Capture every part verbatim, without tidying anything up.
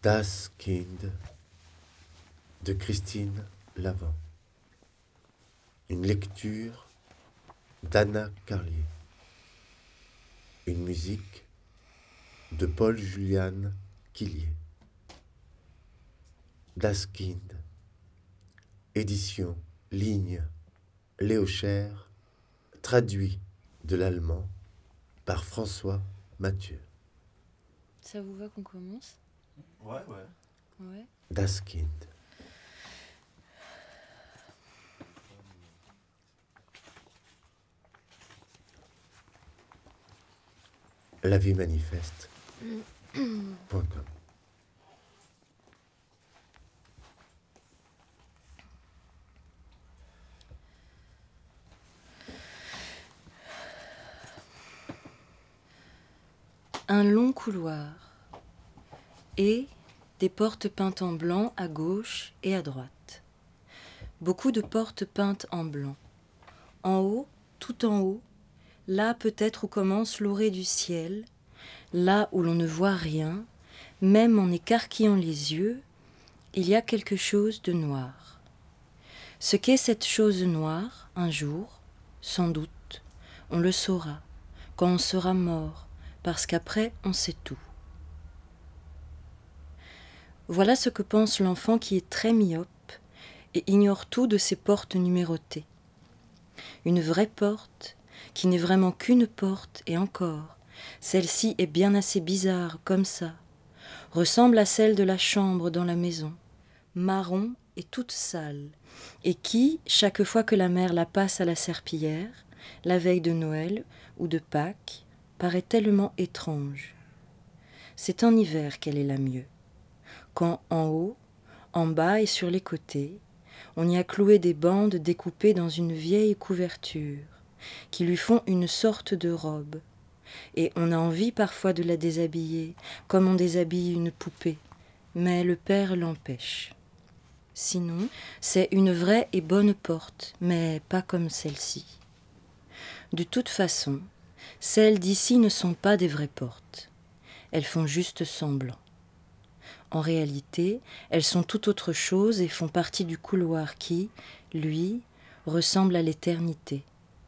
Das Kind de Christine Lavant. Une lecture d'Anna Carlier. Une musique de Paul-Julian Quillier. Das Kind. Édition Ligne Léocher, traduit de l'allemand par François Mathieu. Ça vous va qu'on commence ? Ouais, ouais. Ouais. Das Kind. La vie manifeste. Point com. Un long couloir et des portes peintes en blanc à gauche et à droite. Beaucoup de portes peintes en blanc. En haut, tout en haut, là peut-être où commence l'orée du ciel, là où l'on ne voit rien, même en écarquillant les yeux, il y a quelque chose de noir. Ce qu'est cette chose noire, un jour, sans doute, on le saura, quand on sera mort, parce qu'après on sait tout. Voilà ce que pense l'enfant qui est très myope et ignore tout de ces portes numérotées. Une vraie porte, qui n'est vraiment qu'une porte, et encore, celle-ci est bien assez bizarre, comme ça, ressemble à celle de la chambre dans la maison, marron et toute sale, et qui, chaque fois que la mère la passe à la serpillière, la veille de Noël ou de Pâques, paraît tellement étrange. C'est en hiver qu'elle est la mieux, quand en haut, en bas et sur les côtés, on y a cloué des bandes découpées dans une vieille couverture, qui lui font une sorte de robe, et on a envie parfois de la déshabiller, comme on déshabille une poupée, mais le père l'empêche. Sinon, c'est une vraie et bonne porte, mais pas comme celle-ci. De toute façon, celles d'ici ne sont pas des vraies portes. Elles font juste semblant. En réalité, elles sont tout autre chose et font partie du couloir qui, lui, ressemble à l'éternité.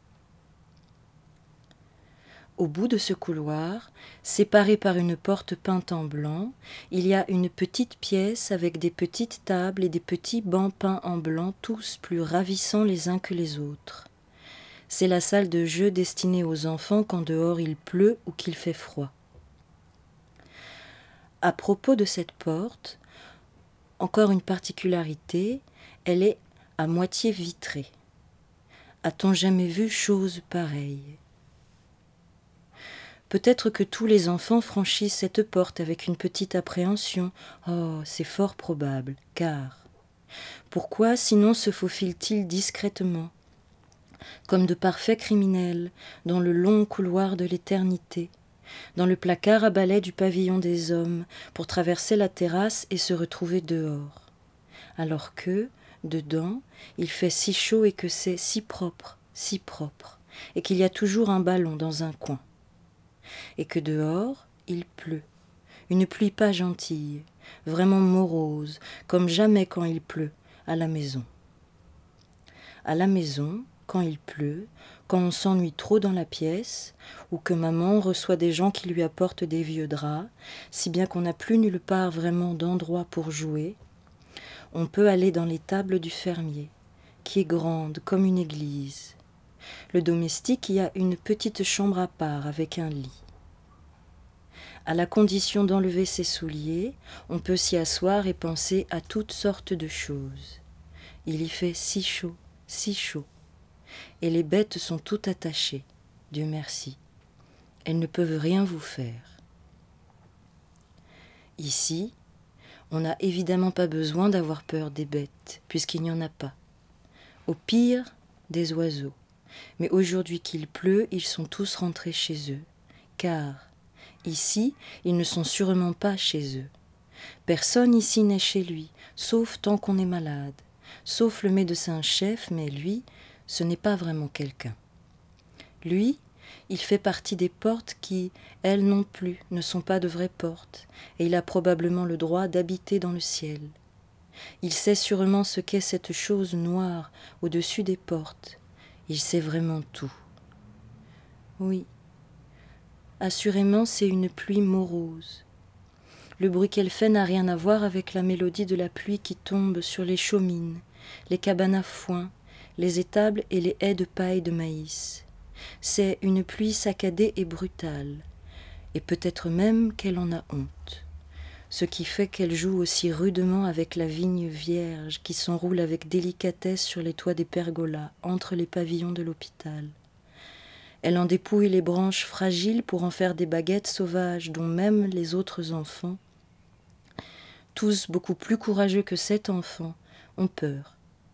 Au bout de ce couloir, séparé par une porte peinte en blanc, il y a une petite pièce avec des petites tables et des petits bancs peints en blanc, tous plus ravissants les uns que les autres. C'est la salle de jeu destinée aux enfants quand dehors il pleut ou qu'il fait froid. À propos de cette porte, encore une particularité, elle est à moitié vitrée. A-t-on jamais vu chose pareille ? Peut-être que tous les enfants franchissent cette porte avec une petite appréhension. Oh, c'est fort probable, car pourquoi sinon se faufilent-ils discrètement, comme de parfaits criminels, dans le long couloir de l'éternité, dans le placard à balai du pavillon des hommes, pour traverser la terrasse et se retrouver dehors, alors que, dedans, il fait si chaud et que c'est si propre, si propre, et qu'il y a toujours un ballon dans un coin, et que dehors, il pleut, une pluie pas gentille, vraiment morose, comme jamais quand il pleut, à la maison. À la maison, quand il pleut, quand on s'ennuie trop dans la pièce, ou que maman reçoit des gens qui lui apportent des vieux draps, si bien qu'on n'a plus nulle part vraiment d'endroit pour jouer, on peut aller dans les tables du fermier, qui est grande comme une église. Le domestique y a une petite chambre à part avec un lit. À la condition d'enlever ses souliers, on peut s'y asseoir et penser à toutes sortes de choses. Il y fait si chaud, si chaud. Et les bêtes sont toutes attachées, Dieu merci. Elles ne peuvent rien vous faire. Ici, on n'a évidemment pas besoin d'avoir peur des bêtes, puisqu'il n'y en a pas. Au pire, des oiseaux. Mais aujourd'hui qu'il pleut, ils sont tous rentrés chez eux, car ici, ils ne sont sûrement pas chez eux. Personne ici n'est chez lui, sauf tant qu'on est malade, sauf le médecin-chef, mais lui, ce n'est pas vraiment quelqu'un. Lui, il fait partie des portes qui, elles non plus, ne sont pas de vraies portes, et il a probablement le droit d'habiter dans le ciel. Il sait sûrement ce qu'est cette chose noire au-dessus des portes. Il sait vraiment tout. Oui, assurément c'est une pluie morose. Le bruit qu'elle fait n'a rien à voir avec la mélodie de la pluie qui tombe sur les chaumines, les cabanes à foin, les étables et les haies de paille de maïs. C'est une pluie saccadée et brutale, et peut-être même qu'elle en a honte, ce qui fait qu'elle joue aussi rudement avec la vigne vierge qui s'enroule avec délicatesse sur les toits des pergolas, entre les pavillons de l'hôpital. Elle en dépouille les branches fragiles pour en faire des baguettes sauvages dont même les autres enfants, tous beaucoup plus courageux que cet enfant, ont peur.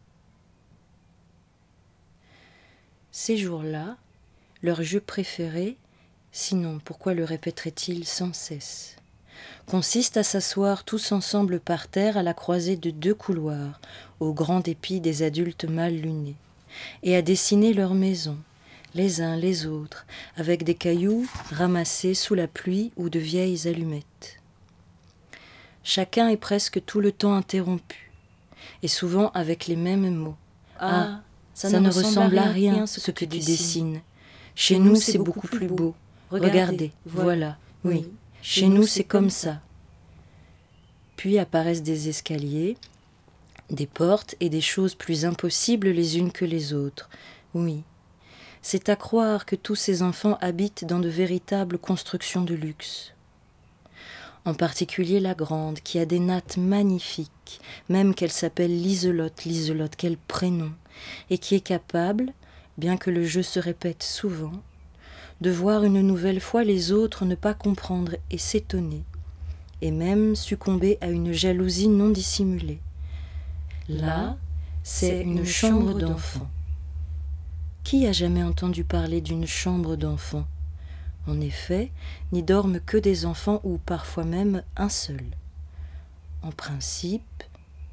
Ces jours-là, leur jeu préféré, sinon pourquoi le répéterait-il sans cesse, consiste à s'asseoir tous ensemble par terre à la croisée de deux couloirs, au grand dépit des adultes mal lunés, et à dessiner leurs maisons, les uns les autres, avec des cailloux ramassés sous la pluie ou de vieilles allumettes. Chacun est presque tout le temps interrompu, et souvent avec les mêmes mots. « Ah, ça, ça ne ressemble à rien, rien ce que, que tu dessines. dessines. Chez nous, c'est beaucoup plus beau. Regardez, Regardez voilà, oui, oui. Chez nous, c'est comme ça. » Puis apparaissent des escaliers, des portes et des choses plus impossibles les unes que les autres. Oui, c'est à croire que tous ces enfants habitent dans de véritables constructions de luxe. En particulier la grande, qui a des nattes magnifiques, même qu'elle s'appelle Liselotte, Liselotte, quel prénom, et qui est capable, bien que le jeu se répète souvent, de voir une nouvelle fois les autres ne pas comprendre et s'étonner, et même succomber à une jalousie non dissimulée. Là, c'est une chambre d'enfant. Qui a jamais entendu parler d'une chambre d'enfant ? En effet, n'y dorment que des enfants ou parfois même un seul. En principe,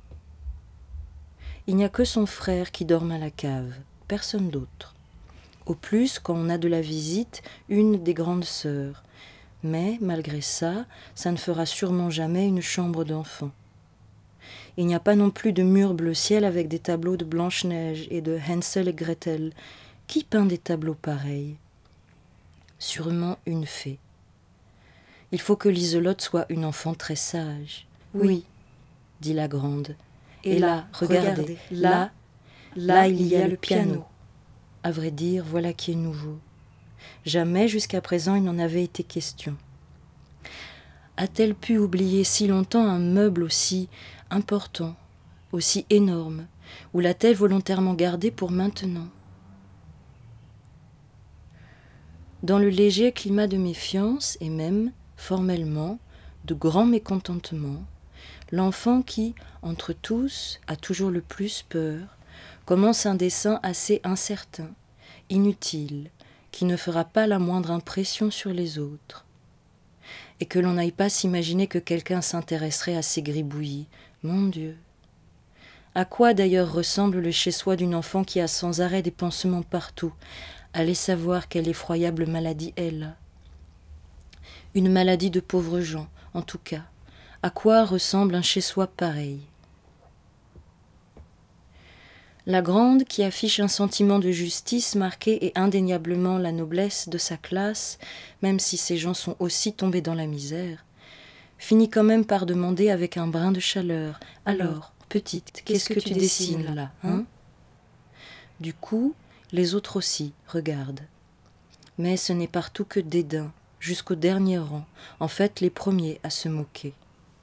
il n'y a que son frère qui dorme à la cave, personne d'autre. Au plus, quand on a de la visite, une des grandes sœurs. Mais, malgré ça, ça ne fera sûrement jamais une chambre d'enfant. Il n'y a pas non plus de mur bleu ciel avec des tableaux de Blanche-Neige et de Hansel et Gretel. Qui peint des tableaux pareils ? Sûrement une fée. Il faut que Liselotte soit une enfant très sage. Oui, oui, dit la grande. Et, et là, regardez, regardez, là, là, là, il y a le piano. À vrai dire, voilà qui est nouveau. Jamais jusqu'à présent il n'en avait été question. A-t-elle pu oublier si longtemps un meuble aussi important, aussi énorme, ou l'a-t-elle volontairement gardé pour maintenant ? Dans le léger climat de méfiance et même, formellement, de grand mécontentement, l'enfant qui, entre tous, a toujours le plus peur, commence un dessin assez incertain, inutile, qui ne fera pas la moindre impression sur les autres. Et que l'on n'aille pas s'imaginer que quelqu'un s'intéresserait à ces gribouillis. Mon Dieu! À quoi d'ailleurs ressemble le chez-soi d'une enfant qui a sans arrêt des pansements partout ? Allez savoir quelle effroyable maladie elle a. Une maladie de pauvres gens, en tout cas. À quoi ressemble un chez-soi pareil ? La grande, qui affiche un sentiment de justice marqué et indéniablement la noblesse de sa classe, même si ces gens sont aussi tombés dans la misère, finit quand même par demander avec un brin de chaleur « Alors, petite, qu'est-ce que, que tu dessines là, là hein ?» Du coup, les autres aussi regardent. Mais ce n'est partout que dédain, jusqu'au dernier rang, en fait les premiers à se moquer.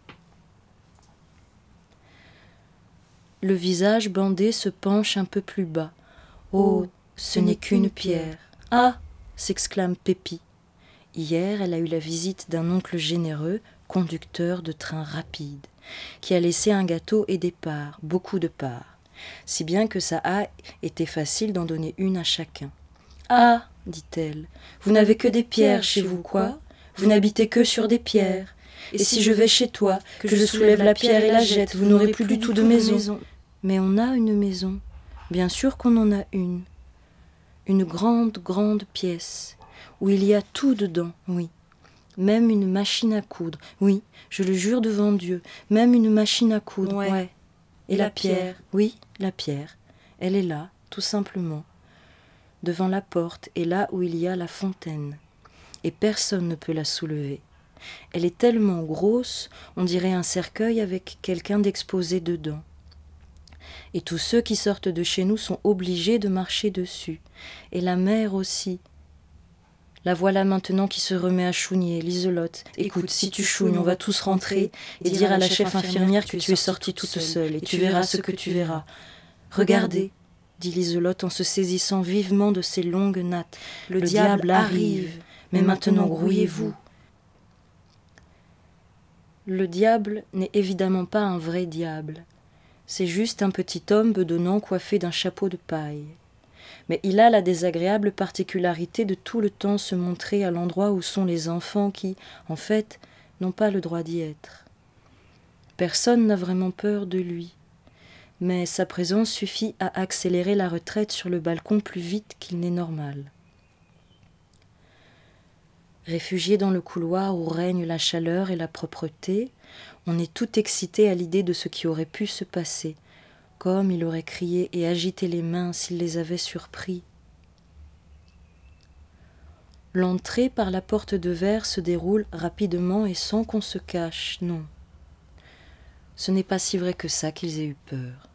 Le visage bandé se penche un peu plus bas. « Oh, ce n'est qu'une pierre. »« Ah !» s'exclame Pépi. Hier, elle a eu la visite d'un oncle généreux, conducteur de train rapide, qui a laissé un gâteau et des parts, beaucoup de parts, si bien que ça a été facile d'en donner une à chacun. « Ah !» dit-elle, « vous n'avez que des pierres chez vous, quoi ? Vous n'habitez que sur des pierres. Et si je vais chez toi, que je soulève la pierre et la jette, vous n'aurez plus du tout de maison. » Mais on a une maison, bien sûr qu'on en a une. Une grande, grande pièce, où il y a tout dedans, oui. Même une machine à coudre, oui, je le jure devant Dieu, même une machine à coudre, ouais. ouais. Et, Et la, la pierre, pierre, oui, la pierre, elle est là, tout simplement, devant la porte et là où il y a la fontaine. Et personne ne peut la soulever. Elle est tellement grosse, on dirait un cercueil avec quelqu'un d'exposé dedans. Et tous ceux qui sortent de chez nous sont obligés de marcher dessus. Et la mère aussi. La voilà maintenant qui se remet à chougner, l'Iselotte. Écoute, si tu chougnes, on va tous rentrer et dire à la chef infirmière que tu es sortie toute seule, et tu verras ce que tu verras. Regardez, dit l'Iselotte en se saisissant vivement de ses longues nattes. Le, Le diable, diable arrive, mais maintenant grouillez-vous. Le diable n'est évidemment pas un vrai diable. C'est juste un petit homme bedonnant coiffé d'un chapeau de paille. Mais il a la désagréable particularité de tout le temps se montrer à l'endroit où sont les enfants qui, en fait, n'ont pas le droit d'y être. Personne n'a vraiment peur de lui, mais sa présence suffit à accélérer la retraite sur le balcon plus vite qu'il n'est normal. Réfugié dans le couloir où règne la chaleur et la propreté, on est tout excité à l'idée de ce qui aurait pu se passer, comme il aurait crié et agité les mains s'il les avait surpris. L'entrée par la porte de verre se déroule rapidement et sans qu'on se cache, non. Ce n'est pas si vrai que ça qu'ils aient eu peur.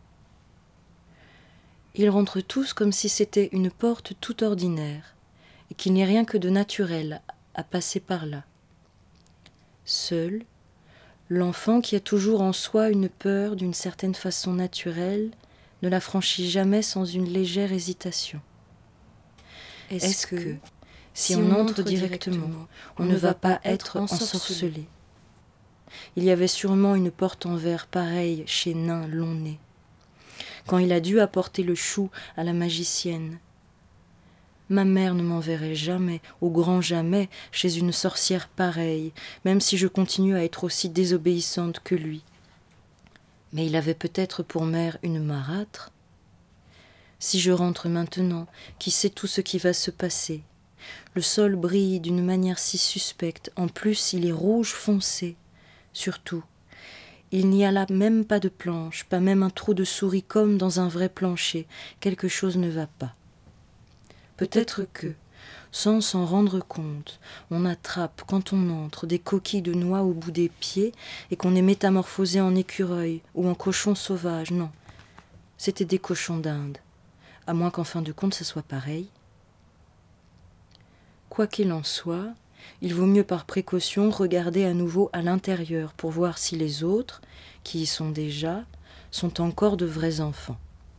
Ils rentrent tous comme si c'était une porte tout ordinaire, et qu'il n'y ait rien que de naturel à passer par là. Seul, l'enfant qui a toujours en soi une peur d'une certaine façon naturelle ne la franchit jamais sans une légère hésitation. Est-ce, Est-ce que, que, si on, on entre directement, directement, on ne va pas être ensorcelé? Il y avait sûrement une porte en verre pareille chez Nain Long-Nez. Quand il a dû apporter le chou à la magicienne, ma mère ne m'enverrait jamais, au grand jamais, chez une sorcière pareille, même si je continue à être aussi désobéissante que lui. Mais il avait peut-être pour mère une marâtre. Si je rentre maintenant, qui sait tout ce qui va se passer? Le sol brille d'une manière si suspecte, en plus il est rouge foncé. Surtout, il n'y a là même pas de planche, pas même un trou de souris comme dans un vrai plancher. Quelque chose ne va pas. Peut-être que, sans s'en rendre compte, on attrape, quand on entre, des coquilles de noix au bout des pieds et qu'on est métamorphosé en écureuil ou en cochon sauvage. Non, c'était des cochons d'Inde, à moins qu'en fin de compte ce soit pareil. Quoi qu'il en soit, il vaut mieux par précaution regarder à nouveau à l'intérieur pour voir si les autres, qui y sont déjà, sont encore de vrais enfants.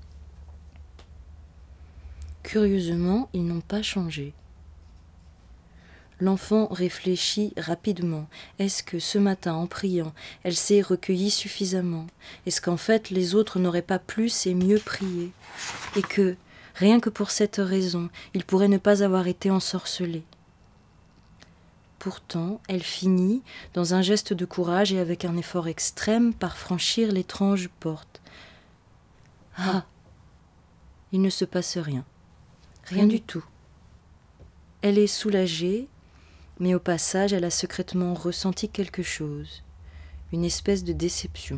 Curieusement, ils n'ont pas changé. L'enfant réfléchit rapidement. Est-ce que ce matin, en priant, elle s'est recueillie suffisamment? Est-ce qu'en fait, les autres n'auraient pas plus et mieux prié? Et que, rien que pour cette raison, il pourrait ne pas avoir été ensorcelé? Pourtant, elle finit, dans un geste de courage et avec un effort extrême, par franchir l'étrange porte. Ah! Il ne se passe rien. Rien du tout. Elle est soulagée, mais au passage, elle a secrètement ressenti quelque chose, une espèce de déception.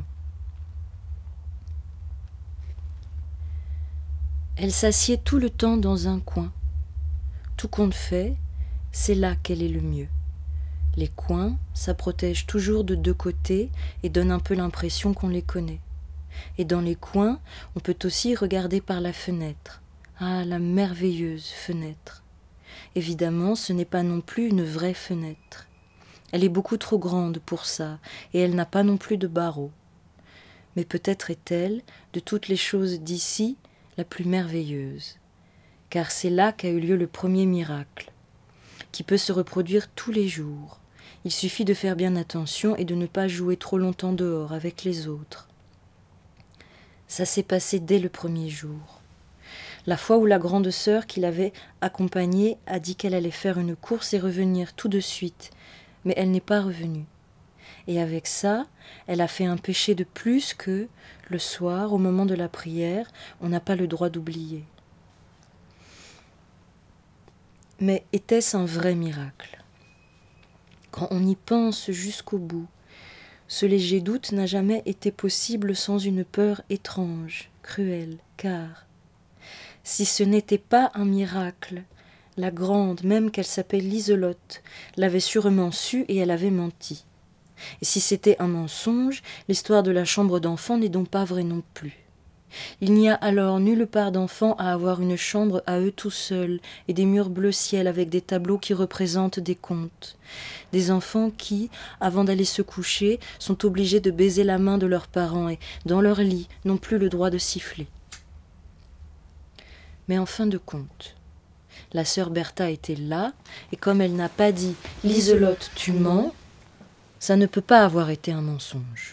Elle s'assied tout le temps dans un coin. Tout compte fait, c'est là qu'elle est le mieux. Les coins, ça protège toujours de deux côtés et donne un peu l'impression qu'on les connaît. Et dans les coins, on peut aussi regarder par la fenêtre. Ah, la merveilleuse fenêtre. Évidemment, ce n'est pas non plus une vraie fenêtre. Elle est beaucoup trop grande pour ça, et elle n'a pas non plus de barreaux. Mais peut-être est-elle, de toutes les choses d'ici, la plus merveilleuse. Car c'est là qu'a eu lieu le premier miracle, qui peut se reproduire tous les jours. Il suffit de faire bien attention et de ne pas jouer trop longtemps dehors avec les autres. Ça s'est passé dès le premier jour. La fois où la grande sœur qui l'avait accompagnée a dit qu'elle allait faire une course et revenir tout de suite, mais elle n'est pas revenue. Et avec ça, elle a fait un péché de plus que, le soir, au moment de la prière, on n'a pas le droit d'oublier. Mais était-ce un vrai miracle ? Quand on y pense jusqu'au bout, ce léger doute n'a jamais été possible sans une peur étrange, cruelle, car si ce n'était pas un miracle, la grande, même qu'elle s'appelle Liselotte, l'avait sûrement su et elle avait menti. Et si c'était un mensonge, l'histoire de la chambre d'enfant n'est donc pas vraie non plus. Il n'y a alors nulle part d'enfants à avoir une chambre à eux tout seuls et des murs bleu ciel avec des tableaux qui représentent des contes. Des enfants qui, avant d'aller se coucher, sont obligés de baiser la main de leurs parents et, dans leur lit, n'ont plus le droit de siffler. Mais en fin de compte, la sœur Bertha était là, et comme elle n'a pas dit « Liselotte, tu mens », ça ne peut pas avoir été un mensonge.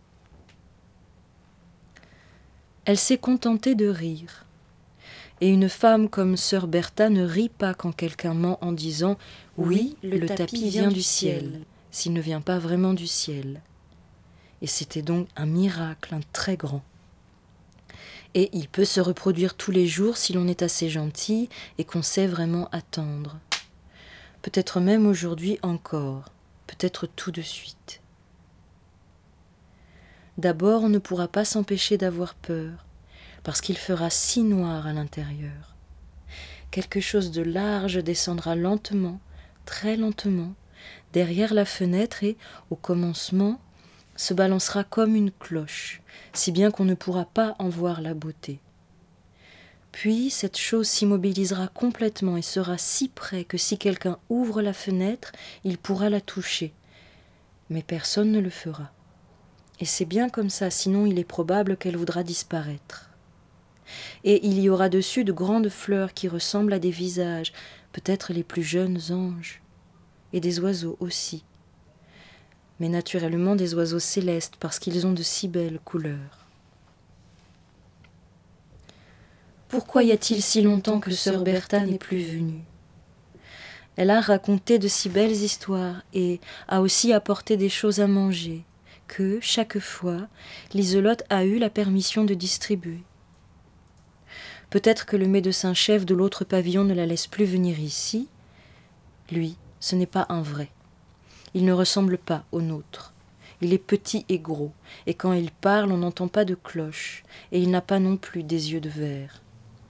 Elle s'est contentée de rire. Et une femme comme sœur Bertha ne rit pas quand quelqu'un ment en disant « Oui, le, le tapis, tapis vient du ciel », s'il ne vient pas vraiment du ciel. Et c'était donc un miracle, un très grand. Et il peut se reproduire tous les jours si l'on est assez gentil et qu'on sait vraiment attendre. Peut-être même aujourd'hui encore, peut-être tout de suite. D'abord, on ne pourra pas s'empêcher d'avoir peur, parce qu'il fera si noir à l'intérieur. Quelque chose de large descendra lentement, très lentement, derrière la fenêtre et, au commencement, se balancera comme une cloche, si bien qu'on ne pourra pas en voir la beauté. Puis, cette chose s'immobilisera complètement et sera si près que si quelqu'un ouvre la fenêtre, il pourra la toucher. Mais personne ne le fera. Et c'est bien comme ça, sinon il est probable qu'elle voudra disparaître. Et il y aura dessus de grandes fleurs qui ressemblent à des visages, peut-être les plus jeunes anges, et des oiseaux aussi. Mais naturellement des oiseaux célestes, parce qu'ils ont de si belles couleurs. Pourquoi y a-t-il si longtemps que sœur Bertha n'est plus venue ? Elle a raconté de si belles histoires et a aussi apporté des choses à manger que, chaque fois, Liselotte a eu la permission de distribuer. Peut-être que le médecin-chef de l'autre pavillon ne la laisse plus venir ici. Lui, ce n'est pas un vrai. Il ne ressemble pas au nôtre. Il est petit et gros, et quand il parle, on n'entend pas de cloche, et il n'a pas non plus des yeux de verre.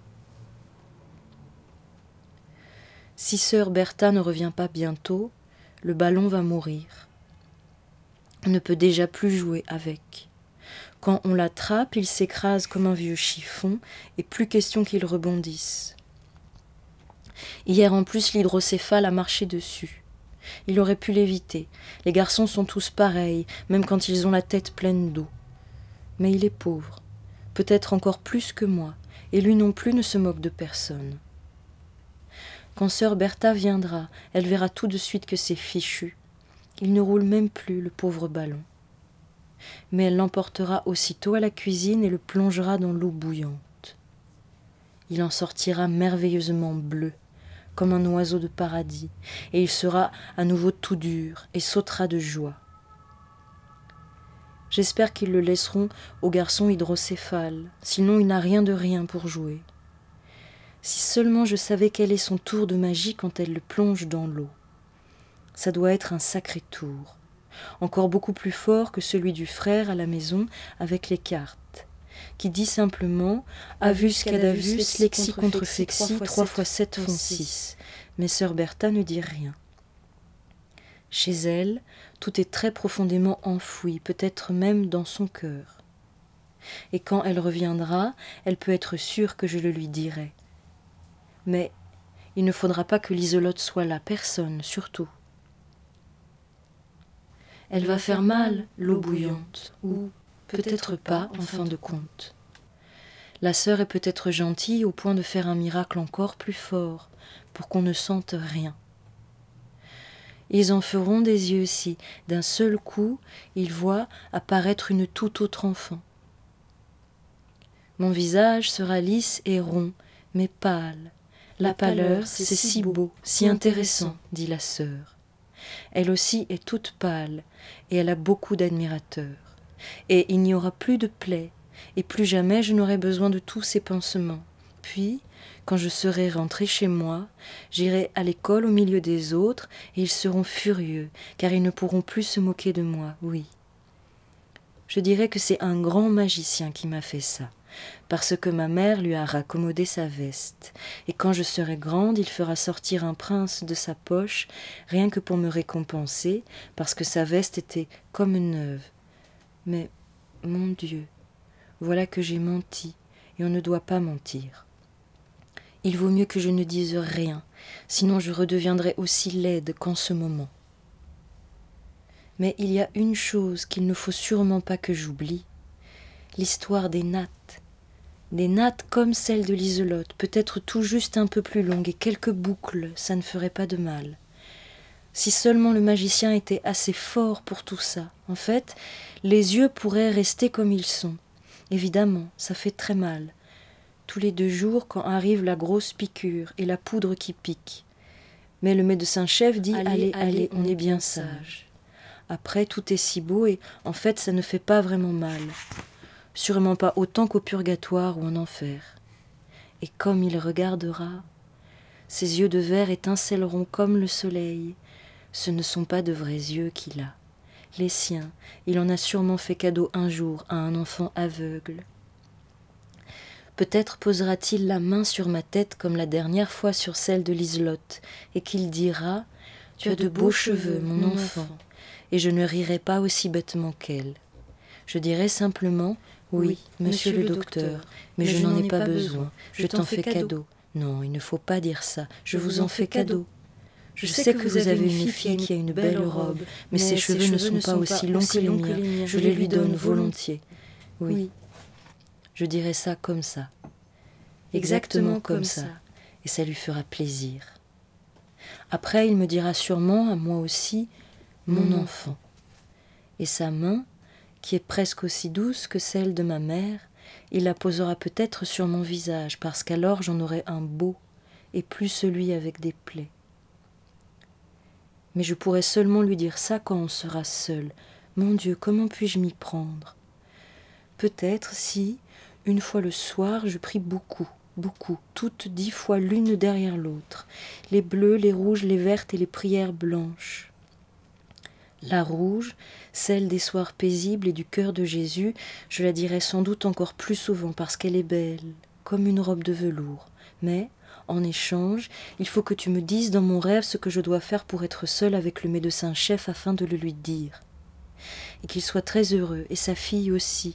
Si sœur Bertha ne revient pas bientôt, le ballon va mourir. On ne peut déjà plus jouer avec. Quand on l'attrape, il s'écrase comme un vieux chiffon, et plus question qu'il rebondisse. Hier en plus, l'hydrocéphale a marché dessus. Il aurait pu l'éviter. Les garçons sont tous pareils, même quand ils ont la tête pleine d'eau. Mais il est pauvre, peut-être encore plus que moi, et lui non plus ne se moque de personne. Quand sœur Bertha viendra, elle verra tout de suite que c'est fichu. Il ne roule même plus, le pauvre ballon. Mais elle l'emportera aussitôt à la cuisine et le plongera dans l'eau bouillante. Il en sortira merveilleusement bleu, comme un oiseau de paradis, et il sera à nouveau tout dur et sautera de joie. J'espère qu'ils le laisseront au garçon hydrocéphale, sinon il n'a rien de rien pour jouer. Si seulement je savais quel est son tour de magie quand elle le plonge dans l'eau. Ça doit être un sacré tour, encore beaucoup plus fort que celui du frère à la maison avec les cartes, qui dit simplement « Avus cadavus, lexi contre flexi, trois fois sept font six ». Mais sœur Bertha ne dit rien. Chez elle, tout est très profondément enfoui, peut-être même dans son cœur. Et quand elle reviendra, elle peut être sûre que je le lui dirai. Mais il ne faudra pas que Liselotte soit là, personne, surtout. Elle va faire mal, l'eau bouillante, ou peut-être pas, en fin de compte. La sœur est peut-être gentille au point de faire un miracle encore plus fort, pour qu'on ne sente rien. Ils en feront des yeux si, d'un seul coup, ils voient apparaître une toute autre enfant. Mon visage sera lisse et rond, mais pâle. La pâleur, c'est si beau, si intéressant, dit la sœur. Elle aussi est toute pâle, et elle a beaucoup d'admirateurs. Et il n'y aura plus de plaies, et plus jamais je n'aurai besoin de tous ces pansements, Puis, quand je serai rentrée chez moi, j'irai à l'école au milieu des autres et ils seront furieux, car ils ne pourront plus se moquer de moi, oui. Je dirais que c'est un grand magicien qui m'a fait ça, parce que ma mère lui a raccommodé sa veste, et quand je serai grande, il fera sortir un prince de sa poche, rien que pour me récompenser, parce que sa veste était comme neuve. Mais, mon Dieu, voilà que j'ai menti, et on ne doit pas mentir. Il vaut mieux que je ne dise rien, sinon je redeviendrai aussi laide qu'en ce moment. Mais il y a une chose qu'il ne faut sûrement pas que j'oublie, l'histoire des nattes. Des nattes comme celle de Liselotte, peut-être tout juste un peu plus longue, et quelques boucles, ça ne ferait pas de mal. Si seulement le magicien était assez fort pour tout ça. En fait, les yeux pourraient rester comme ils sont. Évidemment, ça fait très mal. Tous les deux jours, quand arrive la grosse piqûre et la poudre qui pique. Mais le médecin-chef dit « Allez, allez, allez, on est bien sage ». Après, tout est si beau et, en fait, ça ne fait pas vraiment mal. Sûrement pas autant qu'au purgatoire ou en enfer. Et comme il regardera, ses yeux de verre étincelleront comme le soleil. Ce ne sont pas de vrais yeux qu'il a. Les siens, il en a sûrement fait cadeau un jour à un enfant aveugle. Peut-être posera-t-il la main sur ma tête comme la dernière fois sur celle de Liselotte, et qu'il dira « Tu as de beaux cheveux, mon enfant ». Et je ne rirai pas aussi bêtement qu'elle. Je dirai simplement « Oui, monsieur le docteur, mais je n'en ai pas besoin, je t'en fais cadeau. » Non, il ne faut pas dire ça, je vous en fais cadeau. Je sais que vous avez une fille qui a une belle robe, mais ses cheveux ne sont pas aussi longs que les miens, je les lui donne volontiers. Oui, je dirai ça comme ça, exactement comme ça, et ça lui fera plaisir. Après, il me dira sûrement, à moi aussi, mon enfant. Et sa main, qui est presque aussi douce que celle de ma mère, il la posera peut-être sur mon visage, parce qu'alors j'en aurai un beau, et plus celui avec des plaies. Mais je pourrai seulement lui dire ça quand on sera seul. Mon Dieu, comment puis-je m'y prendre? Peut-être si, une fois le soir, je prie beaucoup, beaucoup, toutes dix fois l'une derrière l'autre, les bleues, les rouges, les vertes et les prières blanches. La rouge, celle des soirs paisibles et du cœur de Jésus, je la dirai sans doute encore plus souvent parce qu'elle est belle, comme une robe de velours. Mais, en échange, il faut que tu me dises dans mon rêve ce que je dois faire pour être seule avec le médecin-chef afin de le lui dire. Et qu'il soit très heureux, et sa fille aussi.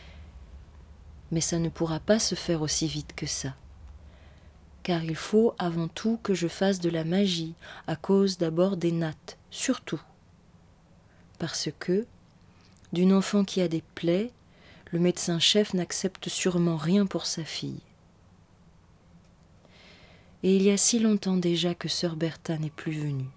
Mais ça ne pourra pas se faire aussi vite que ça. Car il faut avant tout que je fasse de la magie, à cause d'abord des nattes, surtout. Parce que, d'une enfant qui a des plaies, le médecin-chef n'accepte sûrement rien pour sa fille. Et il y a si longtemps déjà que sœur Bertha n'est plus venue.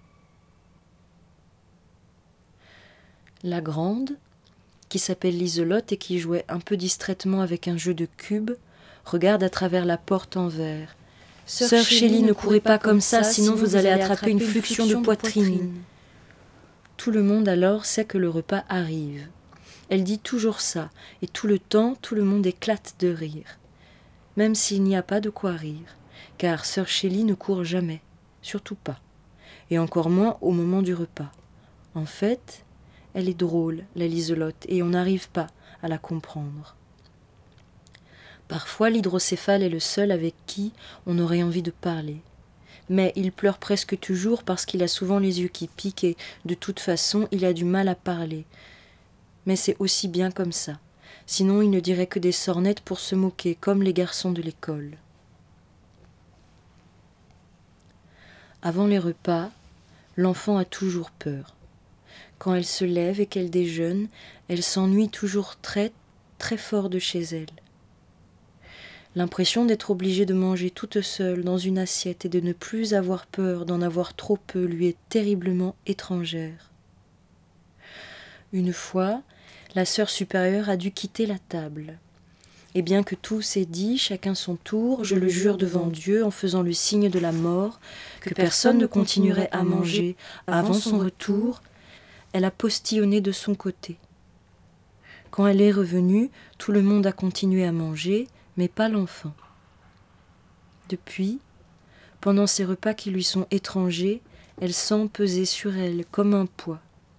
La grande, qui s'appelle Liselotte et qui jouait un peu distraitement avec un jeu de cubes, regarde à travers la porte en verre. « Sœur Chélie, ne courez pas comme ça, sinon vous allez attraper une fluxion de poitrine. » Tout le monde alors sait que le repas arrive. Elle dit toujours ça, et tout le temps, tout le monde éclate de rire. Même s'il n'y a pas de quoi rire, car sœur Chélie ne court jamais, surtout pas, et encore moins au moment du repas. En fait, elle est drôle, la Liselotte, et on n'arrive pas à la comprendre. Parfois, l'hydrocéphale est le seul avec qui on aurait envie de parler. Mais il pleure presque toujours parce qu'il a souvent les yeux qui piquent et, de toute façon, il a du mal à parler. Mais c'est aussi bien comme ça. Sinon, il ne dirait que des sornettes pour se moquer, comme les garçons de l'école. Avant les repas, l'enfant a toujours peur. Quand elle se lève et qu'elle déjeune, elle s'ennuie toujours très, très fort de chez elle. L'impression d'être obligée de manger toute seule dans une assiette et de ne plus avoir peur d'en avoir trop peu lui est terriblement étrangère. Une fois, la sœur supérieure a dû quitter la table. Et bien que tout s'est dit, chacun son tour, je le jure devant Dieu en faisant le signe de la mort, que personne ne continuerait à manger avant son retour, elle a postillonné de son côté. Quand elle est revenue, tout le monde a continué à manger, mais pas l'enfant. Depuis, pendant ces repas qui lui sont étrangers, elle sent peser sur elle comme un poids.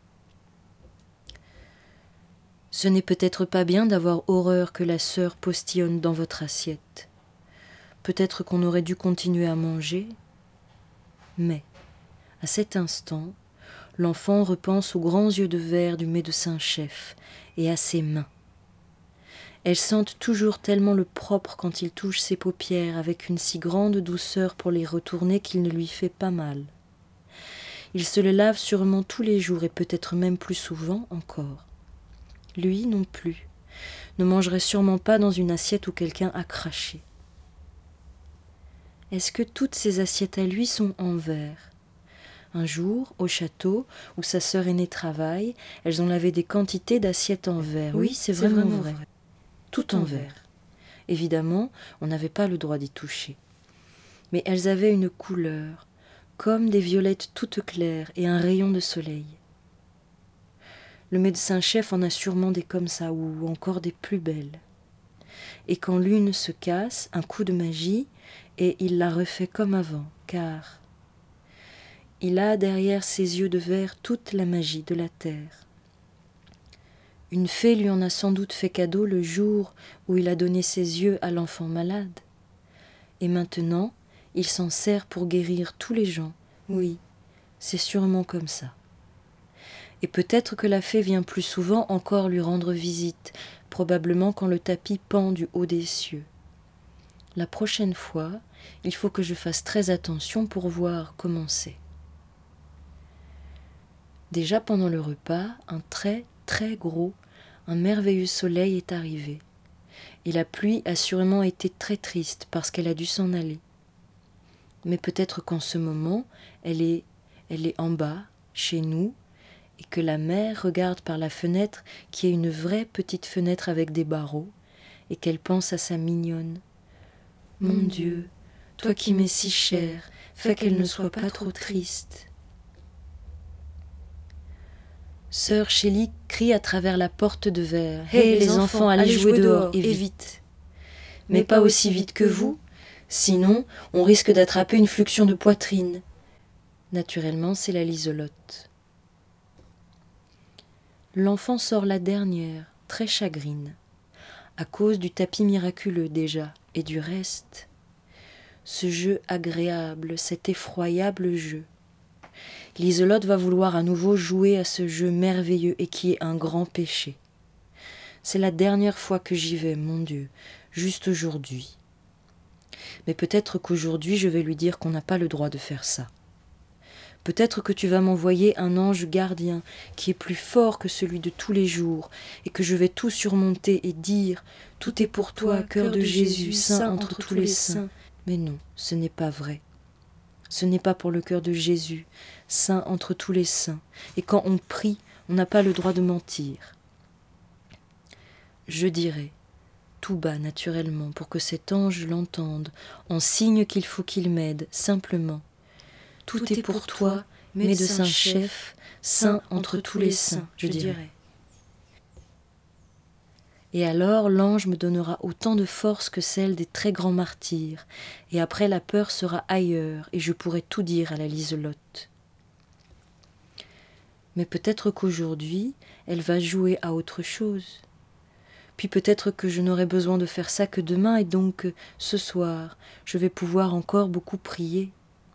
Ce n'est peut-être pas bien d'avoir horreur que la sœur postillonne dans votre assiette. Peut-être qu'on aurait dû continuer à manger, mais, à cet instant, l'enfant repense aux grands yeux de verre du médecin-chef et à ses mains. Elle sent toujours tellement le propre quand il touche ses paupières avec une si grande douceur pour les retourner qu'il ne lui fait pas mal. Il se le lave sûrement tous les jours et peut-être même plus souvent encore. Lui non plus, ne mangerait sûrement pas dans une assiette où quelqu'un a craché. Est-ce que toutes ces assiettes à lui sont en verre ? Un jour, au château, où sa sœur aînée travaille, elles ont lavé des quantités d'assiettes en verre. Oui, c'est vraiment, vraiment vrai. vrai. Tout en verre. Évidemment, on n'avait pas le droit d'y toucher. Mais elles avaient une couleur, comme des violettes toutes claires et un rayon de soleil. Le médecin-chef en a sûrement des comme ça, ou encore des plus belles. Et quand l'une se casse, un coup de magie, et il la refait comme avant, car il a derrière ses yeux de verre toute la magie de la terre. Une fée lui en a sans doute fait cadeau le jour où il a donné ses yeux à l'enfant malade. Et maintenant, il s'en sert pour guérir tous les gens. Oui, c'est sûrement comme ça. Et peut-être que la fée vient plus souvent encore lui rendre visite, probablement quand le tapis pend du haut des cieux. La prochaine fois, il faut que je fasse très attention pour voir comment c'est. Déjà pendant le repas, un très très gros, un merveilleux soleil est arrivé. Et la pluie a sûrement été très triste parce qu'elle a dû s'en aller. Mais peut-être qu'en ce moment, elle est, elle est en bas, chez nous, et que la mère regarde par la fenêtre qui est une vraie petite fenêtre avec des barreaux, et qu'elle pense à sa mignonne. Mon Dieu, toi qui m'es si chère, fais qu'elle ne soit pas trop triste. Sœur Chélie crie à travers la porte de verre. Hé, hey, les enfants, allez jouer dehors, et vite. Mais pas aussi vite que vous, sinon on risque d'attraper une fluxion de poitrine. Naturellement, c'est la liselotte. L'enfant sort la dernière, très chagrine, à cause du tapis miraculeux déjà, et du reste. Ce jeu agréable, cet effroyable jeu. Liselotte va vouloir à nouveau jouer à ce jeu merveilleux et qui est un grand péché. C'est la dernière fois que j'y vais, mon Dieu, juste aujourd'hui. Mais peut-être qu'aujourd'hui je vais lui dire qu'on n'a pas le droit de faire ça. Peut-être que tu vas m'envoyer un ange gardien qui est plus fort que celui de tous les jours et que je vais tout surmonter et dire « Tout est pour toi, cœur de Jésus, saint entre tous les saints ». Mais non, ce n'est pas vrai. Ce n'est pas pour le cœur de Jésus, saint entre tous les saints. Et quand on prie, on n'a pas le droit de mentir. Je dirai, tout bas naturellement, pour que cet ange l'entende, en signe qu'il faut qu'il m'aide, simplement. Tout, Tout est pour, pour toi, médecin-chef, saint entre tous les saints, je dirai. Et alors l'ange me donnera autant de force que celle des très grands martyrs, et après la peur sera ailleurs, et je pourrai tout dire à la liselotte. Mais peut-être qu'aujourd'hui, elle va jouer à autre chose. Puis peut-être que je n'aurai besoin de faire ça que demain, et donc ce soir, je vais pouvoir encore beaucoup prier.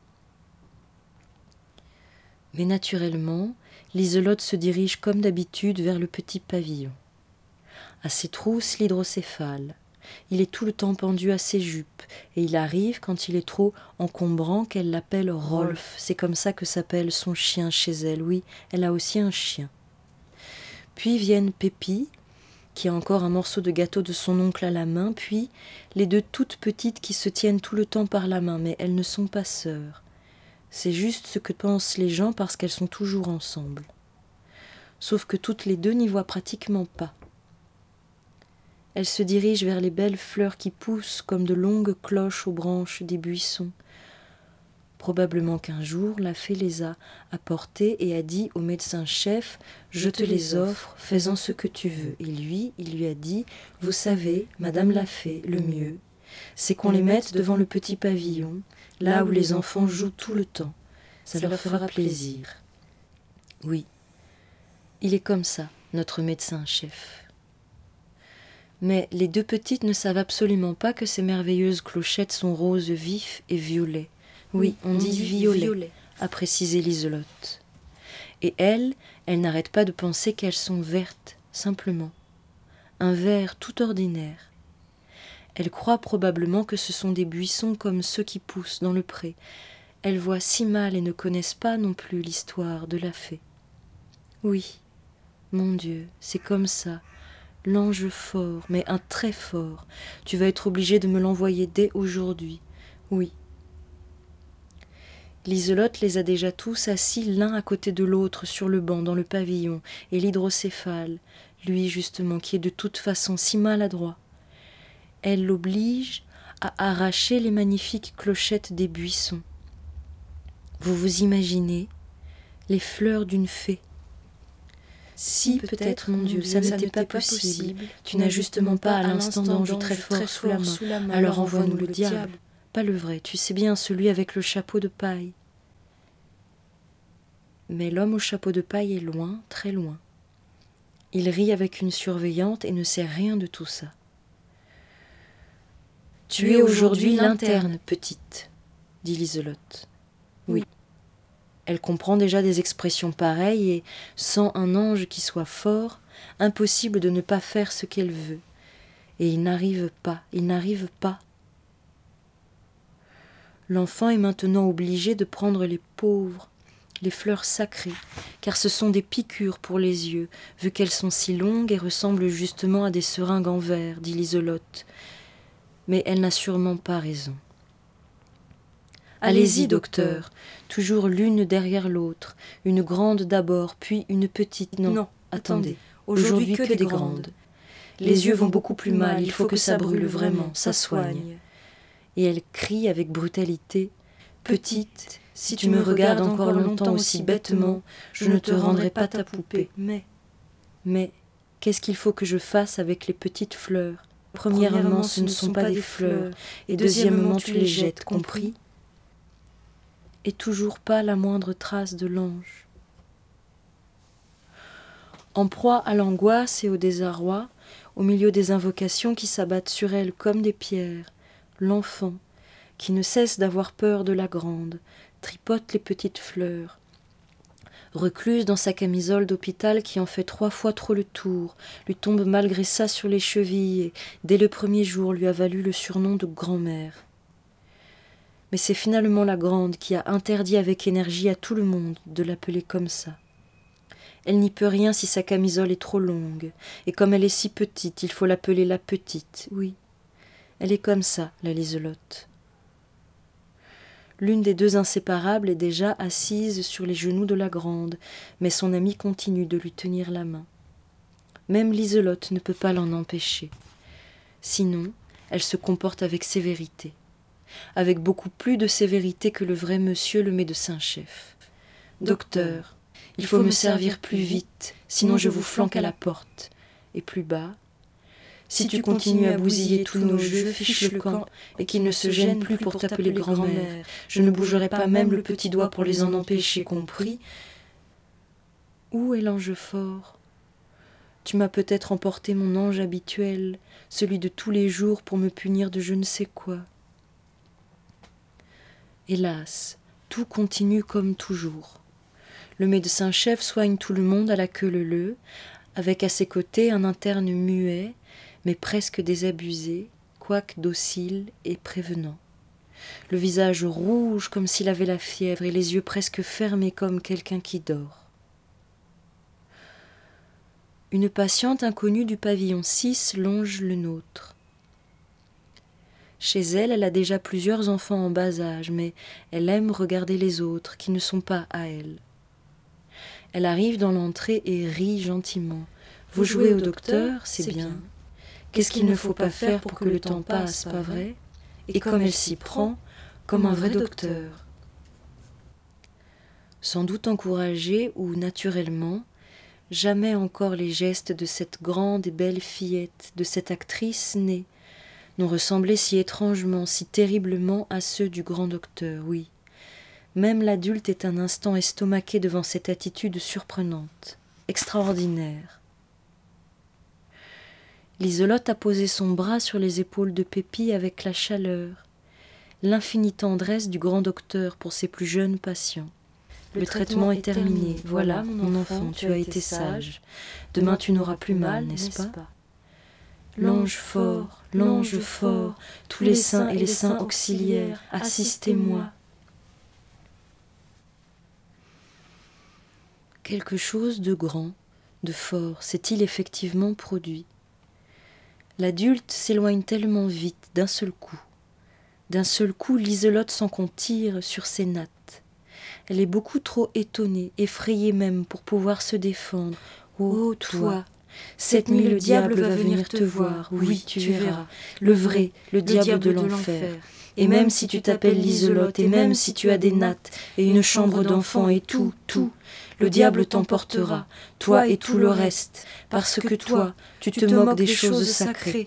Mais naturellement, liselotte se dirige comme d'habitude vers le petit pavillon. À ses trousses l'hydrocéphale. Il est tout le temps pendu à ses jupes, et il arrive, quand il est trop encombrant, qu'elle l'appelle Rolf. C'est comme ça que s'appelle son chien chez elle. Oui, elle a aussi un chien. Puis viennent Pépi, qui a encore un morceau de gâteau de son oncle à la main, puis les deux toutes petites qui se tiennent tout le temps par la main, mais elles ne sont pas sœurs. C'est juste ce que pensent les gens parce qu'elles sont toujours ensemble. Sauf que toutes les deux n'y voient pratiquement pas. Elles se dirigent vers les belles fleurs qui poussent comme de longues cloches aux branches des buissons. Probablement qu'un jour, la fée les a apportées et a dit au médecin-chef « Je te les offre, fais-en ce que tu veux ». Et lui, il lui a dit « Vous savez, Madame la fée, le mieux, c'est qu'on les mette devant le petit pavillon, là où les enfants jouent tout le temps. Ça, ça leur fera plaisir. Oui, il est comme ça, notre médecin-chef. Mais les deux petites ne savent absolument pas que ces merveilleuses clochettes sont roses vifs et violets. Oui, on, on dit, dit violet, violet, a précisé Liselotte. Et elles, elles n'arrêtent pas de penser qu'elles sont vertes, simplement. Un vert tout ordinaire. Elles croient probablement que ce sont des buissons comme ceux qui poussent dans le pré. Elles voient si mal et ne connaissent pas non plus l'histoire de la fée. Oui, mon Dieu, c'est comme ça. L'ange fort, mais un très fort. Tu vas être obligé de me l'envoyer dès aujourd'hui. Oui. Liselotte les a déjà tous assis l'un à côté de l'autre sur le banc dans le pavillon, et l'hydrocéphale, lui justement, qui est de toute façon si maladroit. Elle l'oblige à arracher les magnifiques clochettes des buissons. Vous vous imaginez les fleurs d'une fée. Si, peut-être, peut-être, mon Dieu, ça, ça n'était pas, pas possible, possible. Tu n'as justement pas à l'instant d'ange très fort, très fort sous, la sous la main, alors envoie-nous le diable. diable. Pas le vrai, tu sais bien, celui avec le chapeau de paille. Mais l'homme au chapeau de paille est loin, très loin. Il rit avec une surveillante et ne sait rien de tout ça. Tu es aujourd'hui l'interne, petite, dit Liselotte. Oui. Elle comprend déjà des expressions pareilles et, sans un ange qui soit fort, impossible de ne pas faire ce qu'elle veut. Et il n'arrive pas, il n'arrive pas. L'enfant est maintenant obligé de prendre les pauvres, les fleurs sacrées, car ce sont des piqûres pour les yeux, vu qu'elles sont si longues et ressemblent justement à des seringues en verre, dit Liselotte. Mais elle n'a sûrement pas raison. Allez-y, docteur, toujours l'une derrière l'autre, une grande d'abord, puis une petite. Non, non attendez, aujourd'hui, aujourd'hui que, que des grandes. grandes. Les, les yeux vont beaucoup plus mal, il faut que ça brûle vraiment, ça soigne. Et elle crie avec brutalité, « Petite, si tu me regardes encore longtemps aussi bêtement, je ne te rendrai pas ta poupée. Mais, mais, qu'est-ce qu'il faut que je fasse avec les petites fleurs? Premièrement, ce ne sont pas des fleurs, et deuxièmement, tu les jettes, compris? Et toujours pas la moindre trace de l'ange. » En proie à l'angoisse et au désarroi, au milieu des invocations qui s'abattent sur elle comme des pierres, l'enfant, qui ne cesse d'avoir peur de la grande, tripote les petites fleurs. Recluse dans sa camisole d'hôpital qui en fait trois fois trop le tour, lui tombe malgré ça sur les chevilles et, dès le premier jour, lui a valu le surnom de grand-mère. Mais c'est finalement la grande qui a interdit avec énergie à tout le monde de l'appeler comme ça. Elle n'y peut rien si sa camisole est trop longue, et comme elle est si petite, il faut l'appeler la petite, oui. Elle est comme ça, la Liselotte. L'une des deux inséparables est déjà assise sur les genoux de la grande, mais son amie continue de lui tenir la main. Même Liselotte ne peut pas l'en empêcher. Sinon, elle se comporte avec sévérité. Avec beaucoup plus de sévérité que le vrai monsieur le médecin-chef. « Docteur, il faut me servir plus vite, sinon je vous flanque à la porte. » Et plus bas, « Si tu continues à bousiller tous nos jeux, fiche le camp, et qu'ils ne se gênent plus pour t'appeler grand-mère. Je ne bougerai pas même le petit doigt pour les en empêcher, compris? » Où est l'ange fort? Tu m'as peut-être emporté mon ange habituel, celui de tous les jours pour me punir de je ne sais quoi. Hélas, tout continue comme toujours. Le médecin-chef soigne tout le monde à la queue leu-leu, avec à ses côtés un interne muet, mais presque désabusé, quoique docile et prévenant. Le visage rouge comme s'il avait la fièvre et les yeux presque fermés comme quelqu'un qui dort. Une patiente inconnue du pavillon six longe le nôtre. Chez elle, elle a déjà plusieurs enfants en bas âge, mais elle aime regarder les autres, qui ne sont pas à elle. Elle arrive dans l'entrée et rit gentiment. « Vous jouez au docteur, c'est bien. Qu'est-ce qu'il ne faut pas faire pour que le temps passe, pas vrai? Et comme elle s'y prend, comme un vrai docteur. » Sans doute encouragée ou naturellement, jamais encore les gestes de cette grande et belle fillette, de cette actrice née, n'ont ressemblé si étrangement, si terriblement à ceux du grand docteur, oui. Même l'adulte est un instant estomaqué devant cette attitude surprenante, extraordinaire. Liselotte a posé son bras sur les épaules de Pépi avec la chaleur, l'infinie tendresse du grand docteur pour ses plus jeunes patients. Le, Le traitement, traitement est terminé. terminé. Voilà, mon enfant, tu as été sage. Demain, tu n'auras plus mal, n'est-ce pas? L'ange fort, l'ange fort, tous les saints et les saints auxiliaires, assistez-moi. Quelque chose de grand, de fort, s'est-il effectivement produit. L'adulte s'éloigne tellement vite, d'un seul coup. D'un seul coup, Liselotte sent qu'on tire sur ses nattes. Elle est beaucoup trop étonnée, effrayée même, pour pouvoir se défendre. Ô, oh, toi, cette nuit le diable va venir te voir, oui, tu verras, le vrai, le diable de l'enfer. Et même si tu t'appelles Liselotte, et même si tu as des nattes, et une chambre d'enfant, et tout, tout, le diable t'emportera, toi et tout le reste, parce que toi, tu te moques des choses sacrées.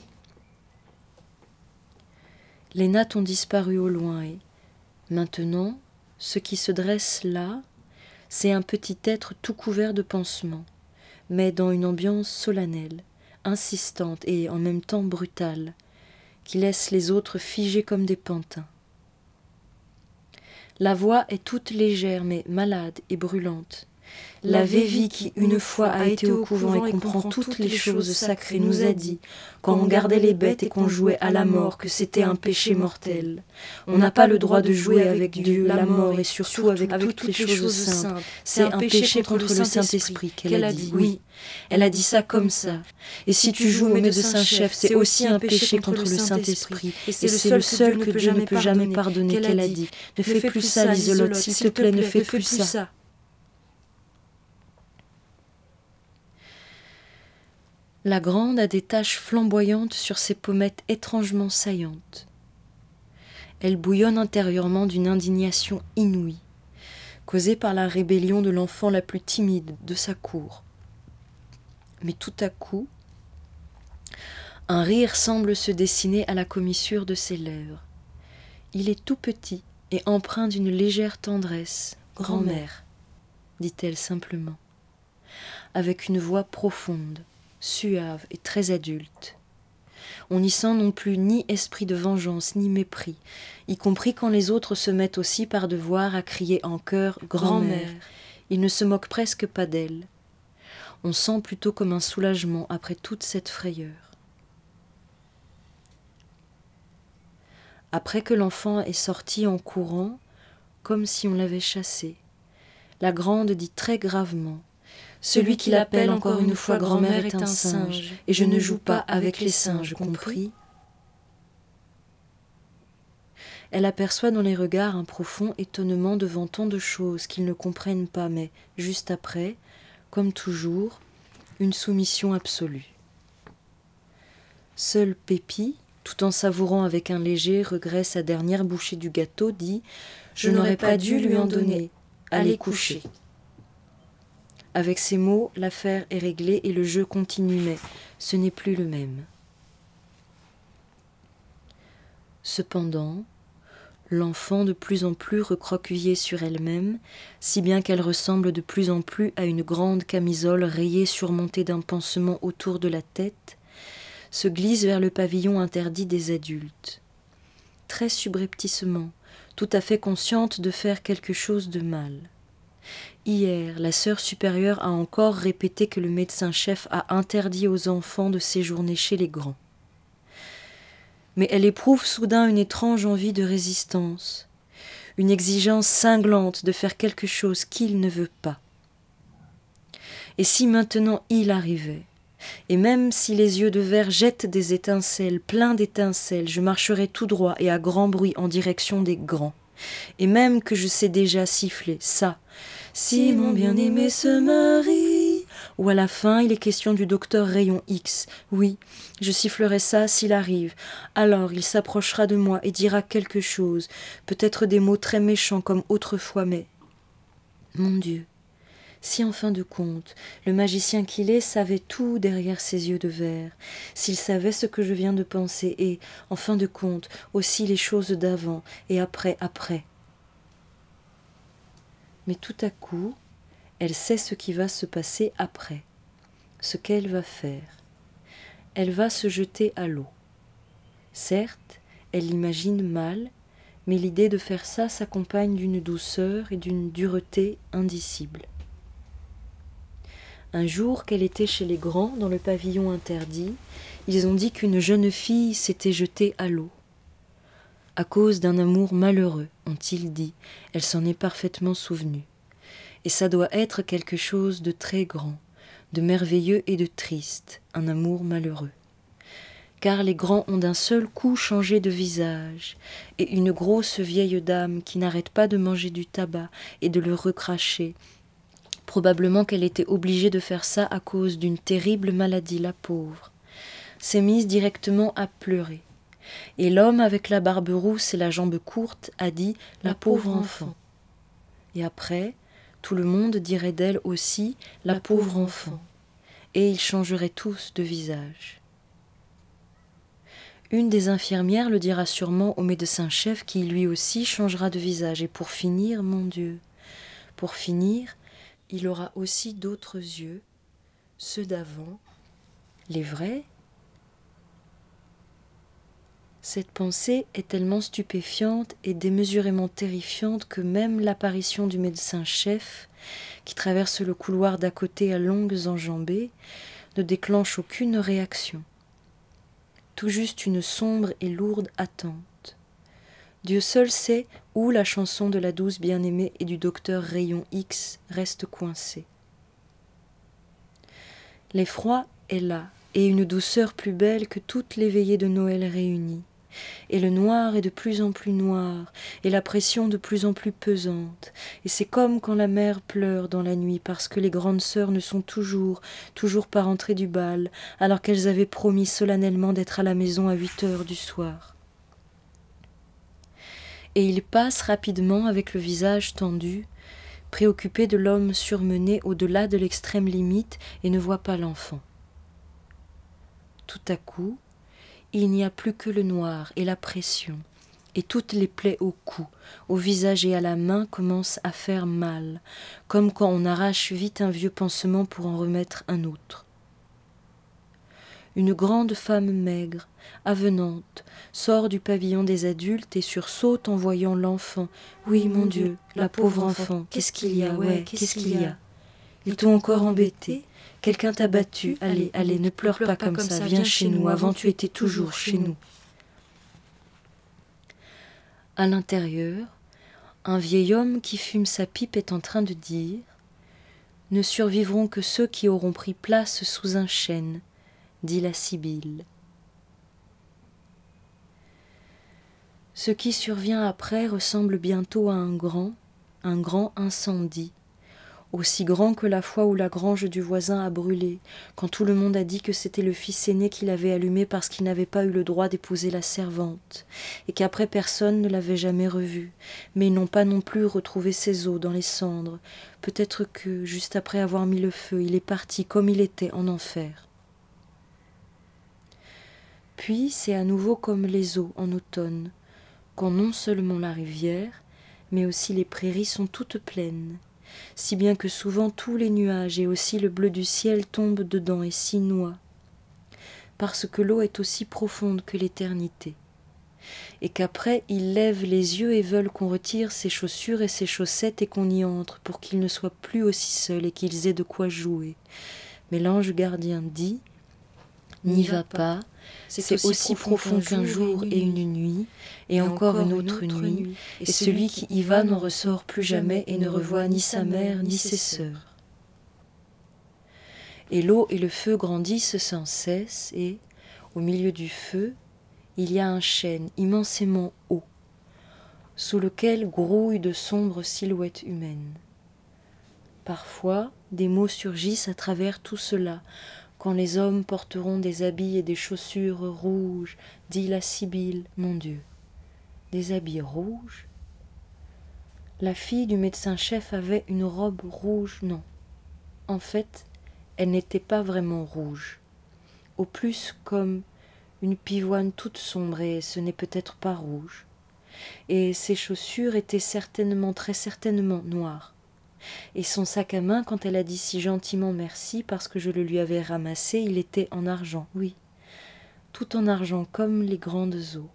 Les nattes ont disparu au loin, et maintenant, ce qui se dresse là, c'est un petit être tout couvert de pansements, mais dans une ambiance solennelle, insistante et en même temps brutale, qui laisse les autres figés comme des pantins. La voix est toute légère mais malade et brûlante. La Vévie qui une fois a été au couvent et comprend toutes les choses sacrées nous a dit, quand on gardait les bêtes et qu'on jouait à la mort, que c'était un péché mortel. On n'a pas le droit de jouer avec Dieu, la mort et surtout avec toutes les choses saintes. C'est un péché contre le Saint-Esprit qu'elle a dit, oui. Elle a dit ça comme ça. Et si tu joues au médecin-chef, c'est aussi un péché contre le Saint-Esprit. Et c'est le seul que Dieu ne peut jamais pardonner qu'elle a dit. Ne fais plus ça, Liselotte, s'il te plaît, ne fais plus ça. La grande a des taches flamboyantes sur ses pommettes étrangement saillantes. Elle bouillonne intérieurement d'une indignation inouïe, causée par la rébellion de l'enfant la plus timide de sa cour. Mais tout à coup, un rire semble se dessiner à la commissure de ses lèvres. Il est tout petit et empreint d'une légère tendresse. « Grand-mère », dit-elle simplement, avec une voix profonde, suave et très adulte. On n'y sent non plus ni esprit de vengeance ni mépris, y compris quand les autres se mettent aussi par devoir à crier en chœur « Grand-mère ». Ils ne se moquent presque pas d'elle. On sent plutôt comme un soulagement après toute cette frayeur. Après que l'enfant est sorti en courant, comme si on l'avait chassé, la grande dit très gravement: celui qui l'appelle encore une fois grand-mère est un singe, et je ne joue pas avec les singes, compris? Elle aperçoit dans les regards un profond étonnement devant tant de choses qu'ils ne comprennent pas, mais juste après, comme toujours, une soumission absolue. Seul Pépi, tout en savourant avec un léger regret sa dernière bouchée du gâteau, dit « Je n'aurais pas dû lui en donner, allez coucher ». Avec ces mots, l'affaire est réglée et le jeu continue, mais ce n'est plus le même. Cependant, l'enfant de plus en plus recroquevillée sur elle-même, si bien qu'elle ressemble de plus en plus à une grande camisole rayée surmontée d'un pansement autour de la tête, se glisse vers le pavillon interdit des adultes. Très subrepticement, tout à fait consciente de faire quelque chose de mal. Hier, la sœur supérieure a encore répété que le médecin-chef a interdit aux enfants de séjourner chez les grands. Mais elle éprouve soudain une étrange envie de résistance, une exigence cinglante de faire quelque chose qu'il ne veut pas. Et si maintenant il arrivait, et même si les yeux de verre jettent des étincelles, pleins d'étincelles, je marcherai tout droit et à grand bruit en direction des grands. Et même que je sais déjà siffler ça, si mon bien-aimé se marie, ou à la fin il est question du docteur Rayon X, oui, je sifflerai ça s'il arrive, alors il s'approchera de moi et dira quelque chose, peut-être des mots très méchants comme autrefois, mais, mon Dieu, Si en fin de compte, le magicien qu'il est savait tout derrière ses yeux de verre, s'il savait ce que je viens de penser et, en fin de compte, aussi les choses d'avant et après, après. Mais tout à coup, elle sait ce qui va se passer après, ce qu'elle va faire. Elle va se jeter à l'eau. Certes, elle l'imagine mal, mais l'idée de faire ça s'accompagne d'une douceur et d'une dureté indicibles. Un jour qu'elle était chez les grands, dans le pavillon interdit, ils ont dit qu'une jeune fille s'était jetée à l'eau. À cause d'un amour malheureux, ont-ils dit, elle s'en est parfaitement souvenue. Et ça doit être quelque chose de très grand, de merveilleux et de triste, un amour malheureux. Car les grands ont d'un seul coup changé de visage, et une grosse vieille dame qui n'arrête pas de manger du tabac et de le recracher, probablement qu'elle était obligée de faire ça à cause d'une terrible maladie, la pauvre, s'est mise directement à pleurer. Et l'homme avec la barbe rousse et la jambe courte a dit « la pauvre enfant ». Et après, tout le monde dirait d'elle aussi « la pauvre enfant ». Et ils changeraient tous de visage. Une des infirmières le dira sûrement au médecin-chef qui lui aussi changera de visage. Et pour finir, mon Dieu, pour finir, il aura aussi d'autres yeux, ceux d'avant, les vrais. Cette pensée est tellement stupéfiante et démesurément terrifiante que même l'apparition du médecin-chef, qui traverse le couloir d'à côté à longues enjambées, ne déclenche aucune réaction. Tout juste une sombre et lourde attente. Dieu seul sait où la chanson de la douce bien-aimée et du docteur Rayon X reste coincée. L'effroi est là, et une douceur plus belle que toutes les veillées de Noël réunies. Et le noir est de plus en plus noir, et la pression de plus en plus pesante. Et c'est comme quand la mère pleure dans la nuit parce que les grandes sœurs ne sont toujours, toujours pas rentrées du bal, alors qu'elles avaient promis solennellement d'être à la maison à huit heures du soir. Et il passe rapidement avec le visage tendu, préoccupé de l'homme surmené au-delà de l'extrême limite et ne voit pas l'enfant. Tout à coup, il n'y a plus que le noir et la pression, et toutes les plaies au cou, au visage et à la main commencent à faire mal, comme quand on arrache vite un vieux pansement pour en remettre un autre. Une grande femme maigre, avenante, sort du pavillon des adultes et sursaute en voyant l'enfant. « Oui, mon Dieu, la pauvre enfant, qu'est-ce qu'il y a, ouais, qu'est-ce qu'il y a ? Ils t'ont encore embêté ? Quelqu'un t'a battu, allez, allez, ne pleure pas comme ça, viens chez nous, avant tu étais toujours chez nous. » À l'intérieur, un vieil homme qui fume sa pipe est en train de dire « Ne survivront que ceux qui auront pris place sous un chêne, dit la Sibylle. » Ce qui survient après ressemble bientôt à un grand, un grand incendie. Aussi grand que la fois où la grange du voisin a brûlé, quand tout le monde a dit que c'était le fils aîné qui l'avait allumé parce qu'il n'avait pas eu le droit d'épouser la servante, et qu'après personne ne l'avait jamais revu, mais ils n'ont pas non plus retrouvé ses os dans les cendres. Peut-être que, juste après avoir mis le feu, il est parti comme il était en enfer. Puis c'est à nouveau comme les eaux en automne, quand non seulement la rivière, mais aussi les prairies sont toutes pleines, si bien que souvent tous les nuages et aussi le bleu du ciel tombent dedans et s'y noient, parce que l'eau est aussi profonde que l'éternité, et qu'après ils lèvent les yeux et veulent qu'on retire ses chaussures et ses chaussettes et qu'on y entre pour qu'ils ne soient plus aussi seuls et qu'ils aient de quoi jouer. Mais l'ange gardien dit « N'y va pas, c'est aussi profond qu'un jour et une nuit, et encore une autre nuit, et celui qui y va n'en ressort plus jamais et ne revoit ni sa mère ni ses sœurs. » Et l'eau et le feu grandissent sans cesse, et, au milieu du feu, il y a un chêne immensément haut, sous lequel grouillent de sombres silhouettes humaines. Parfois, des mots surgissent à travers tout cela, quand les hommes porteront des habits et des chaussures rouges, dit la Sibylle, mon Dieu. Des habits rouges ? La fille du médecin-chef avait une robe rouge, non, en fait, elle n'était pas vraiment rouge. Au plus comme une pivoine toute sombre, et ce n'est peut-être pas rouge. Et ses chaussures étaient certainement, très certainement noires. Et son sac à main, quand elle a dit si gentiment merci parce que je le lui avais ramassé, il était en argent, oui, tout en argent comme les grandes eaux.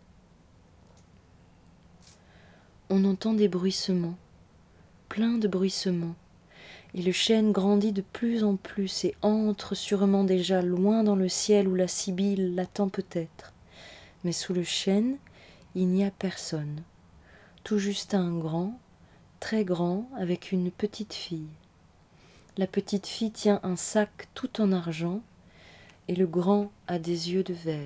On entend des bruissements, plein de bruissements, et le chêne grandit de plus en plus et entre sûrement déjà loin dans le ciel où la Sibylle l'attend peut-être. Mais sous le chêne, il n'y a personne, tout juste un grand, très grand, avec une petite fille. La petite fille tient un sac tout en argent, et le grand a des yeux de verre.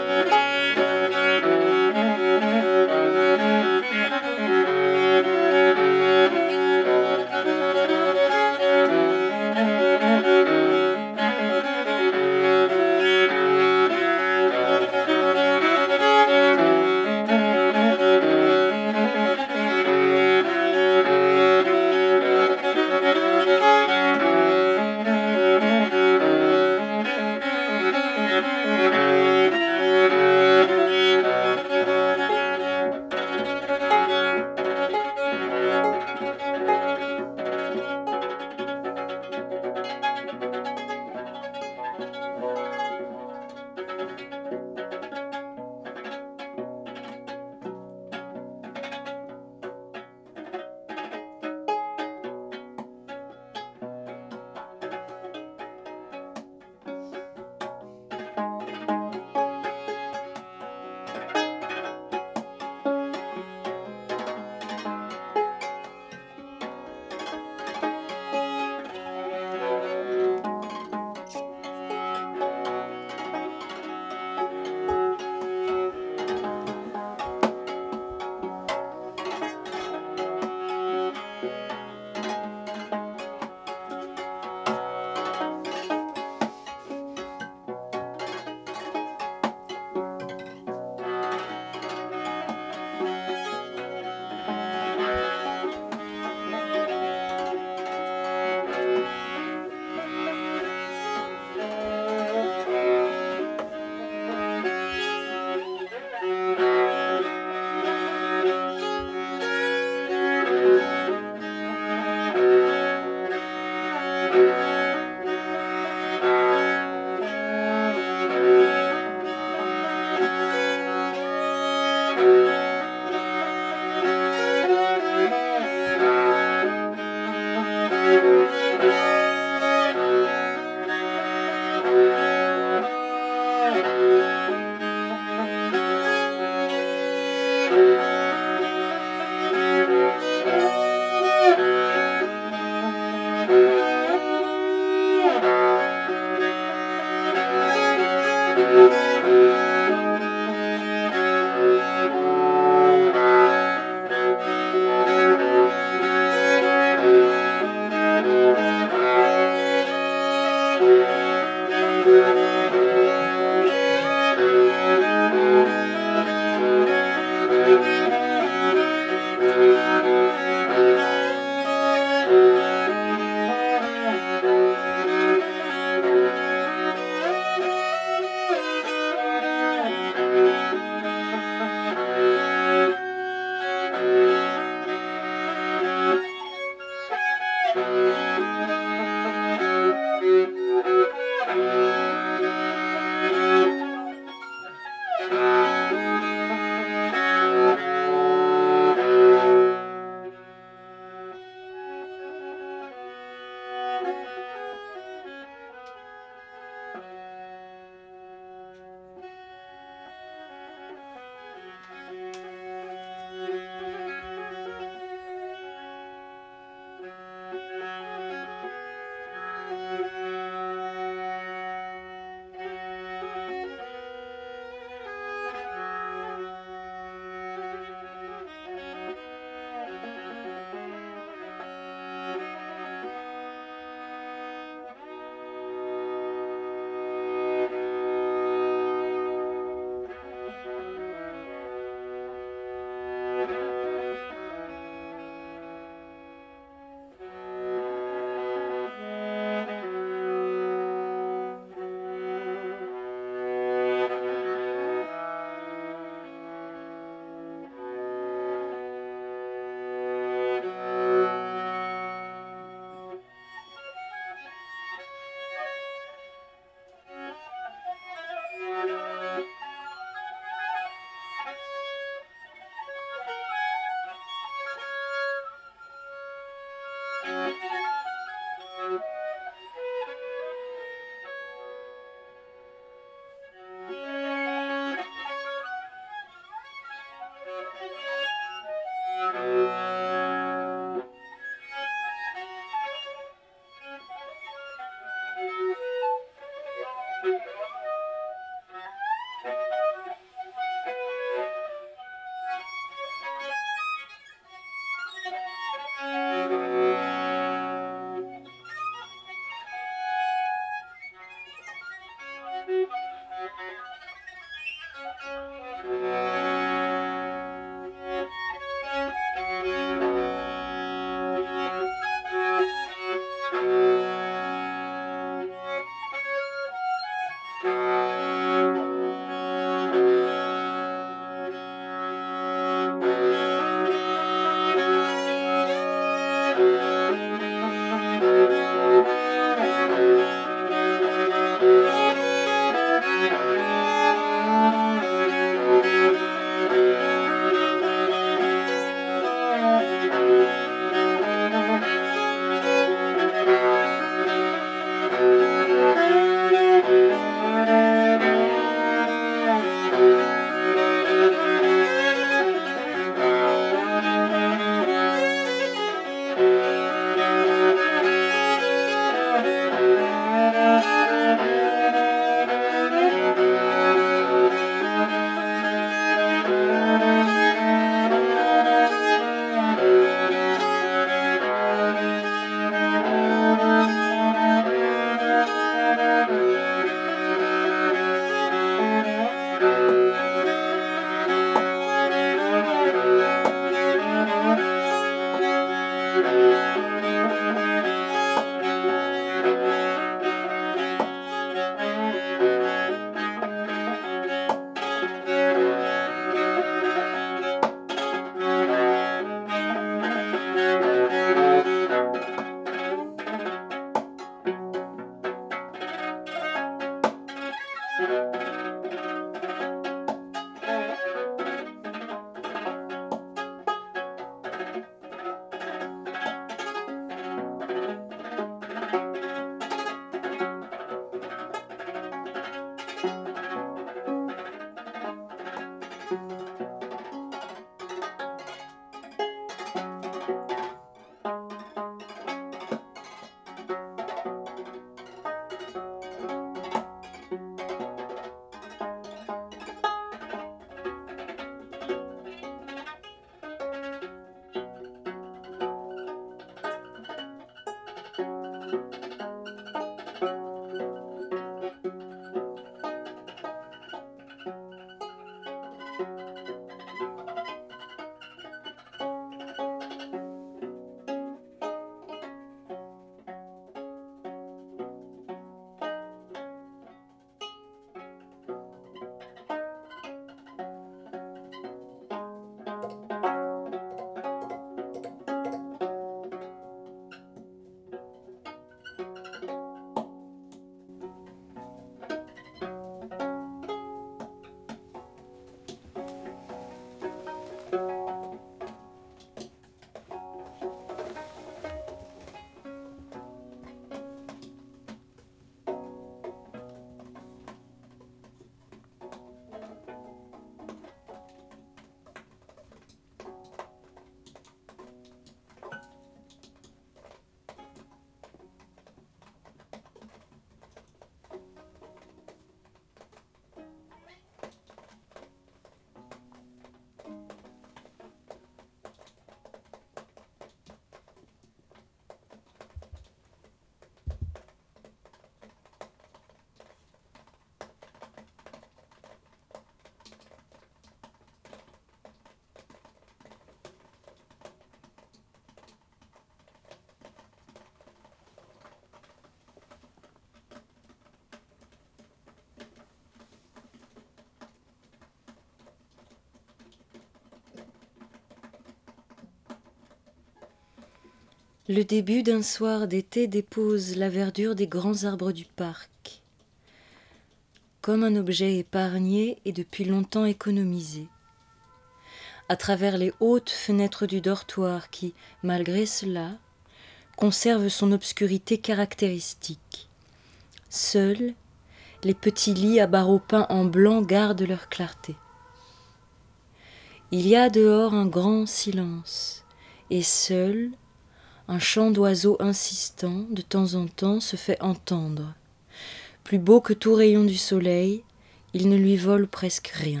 Le début d'un soir d'été dépose la verdure des grands arbres du parc, comme un objet épargné et depuis longtemps économisé. À travers les hautes fenêtres du dortoir qui, malgré cela, conserve son obscurité caractéristique. Seuls, les petits lits à barreaux peints en blanc gardent leur clarté. Il y a dehors un grand silence, et seul, un chant d'oiseaux insistant, de temps en temps, se fait entendre. Plus beau que tout rayon du soleil, il ne lui vole presque rien.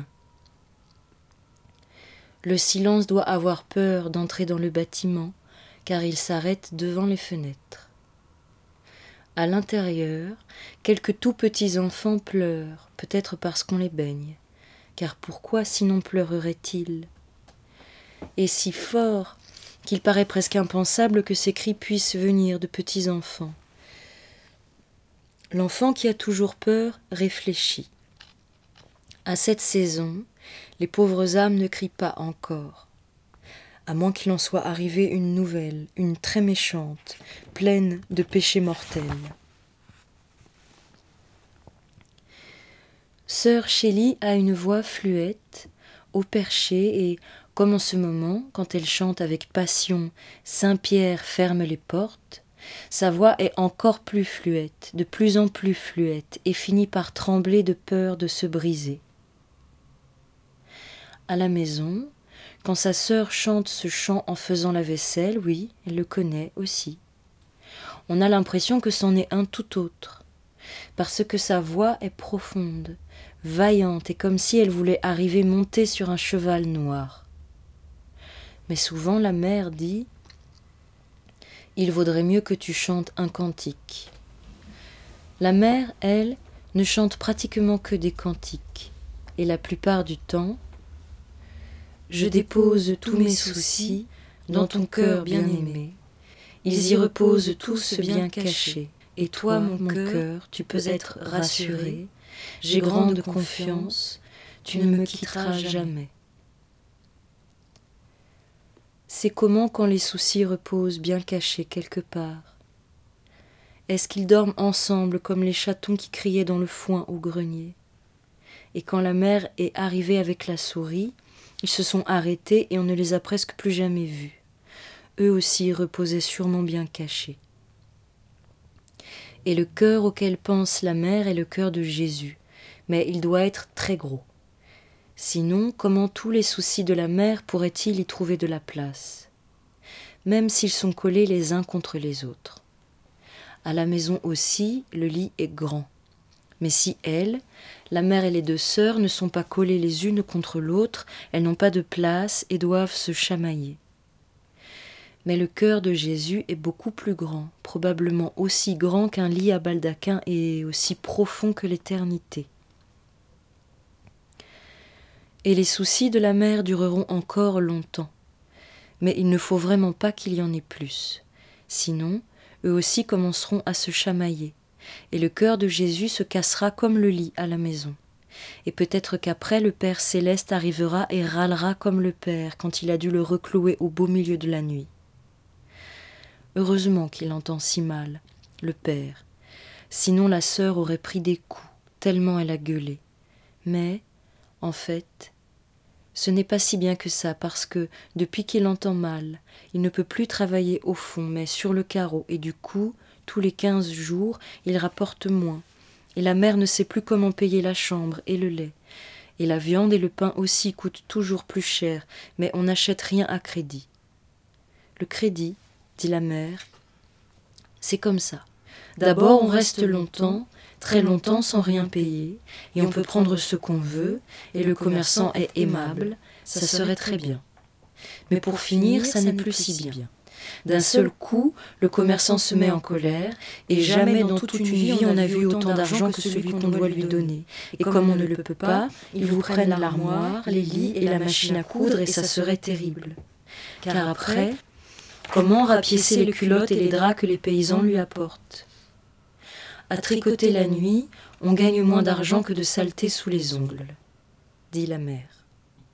Le silence doit avoir peur d'entrer dans le bâtiment, car il s'arrête devant les fenêtres. À l'intérieur, quelques tout petits enfants pleurent, peut-être parce qu'on les baigne, car pourquoi sinon pleureraient-ils ? Et si fort qu'il paraît presque impensable que ces cris puissent venir de petits enfants. L'enfant qui a toujours peur réfléchit. À cette saison, les pauvres âmes ne crient pas encore, à moins qu'il en soit arrivé une nouvelle, une très méchante, pleine de péchés mortels. Sœur Chélie a une voix fluette, haut perché, et comme en ce moment, quand elle chante avec passion « Saint-Pierre ferme les portes », sa voix est encore plus fluette, de plus en plus fluette, et finit par trembler de peur de se briser. À la maison, quand sa sœur chante ce chant en faisant la vaisselle, oui, elle le connaît aussi. On a l'impression que c'en est un tout autre, parce que sa voix est profonde, vaillante, et comme si elle voulait arriver montée sur un cheval noir. Mais souvent la mère dit « Il vaudrait mieux que tu chantes un cantique ». La mère, elle, ne chante pratiquement que des cantiques, et la plupart du temps, « Je dépose tous mes soucis dans ton cœur bien-aimé, ils y reposent tous bien cachés, et toi, mon cœur, tu peux être rassuré, j'ai grande confiance, tu ne me quitteras jamais. » C'est comment quand les soucis reposent bien cachés quelque part? Est-ce qu'ils dorment ensemble comme les chatons qui criaient dans le foin au grenier? Et quand la mère est arrivée avec la souris, ils se sont arrêtés et on ne les a presque plus jamais vus. Eux aussi reposaient sûrement bien cachés. Et le cœur auquel pense la mère est le cœur de Jésus, mais il doit être très gros. Sinon, comment tous les soucis de la mère pourraient-ils y trouver de la place, même s'ils sont collés les uns contre les autres? À la maison aussi, le lit est grand. Mais si elle, la mère et les deux sœurs ne sont pas collées les unes contre l'autre, elles n'ont pas de place et doivent se chamailler. Mais le cœur de Jésus est beaucoup plus grand, probablement aussi grand qu'un lit à baldaquin et aussi profond que l'éternité. Et les soucis de la mère dureront encore longtemps. Mais il ne faut vraiment pas qu'il y en ait plus. Sinon, eux aussi commenceront à se chamailler. Et le cœur de Jésus se cassera comme le lit à la maison. Et peut-être qu'après, le Père céleste arrivera et râlera comme le Père quand il a dû le reclouer au beau milieu de la nuit. Heureusement qu'il entend si mal, le Père. Sinon la sœur aurait pris des coups, tellement elle a gueulé. Mais, en fait, ce n'est pas si bien que ça, parce que, depuis qu'il entend mal, il ne peut plus travailler au fond, mais sur le carreau, et du coup, tous les quinze jours, il rapporte moins. Et la mère ne sait plus comment payer la chambre et le lait. Et la viande et le pain aussi coûtent toujours plus cher, mais on n'achète rien à crédit. Le crédit, dit la mère, c'est comme ça. D'abord, on reste longtemps, très longtemps sans rien payer, et on peut prendre ce qu'on veut, et le commerçant est aimable, ça serait très bien. Mais pour finir, ça n'est plus si bien. D'un seul coup, le commerçant se met en colère, et jamais dans toute une vie on n'a vu autant d'argent que celui qu'on doit lui donner. Et comme on ne le peut pas, ils vous prennent l'armoire, les lits et la machine à coudre, et ça serait terrible. Car après, comment rapiécer les culottes et les draps que les paysans lui apportent? À tricoter la nuit, on gagne moins d'argent que de saleté sous les ongles, dit la mère.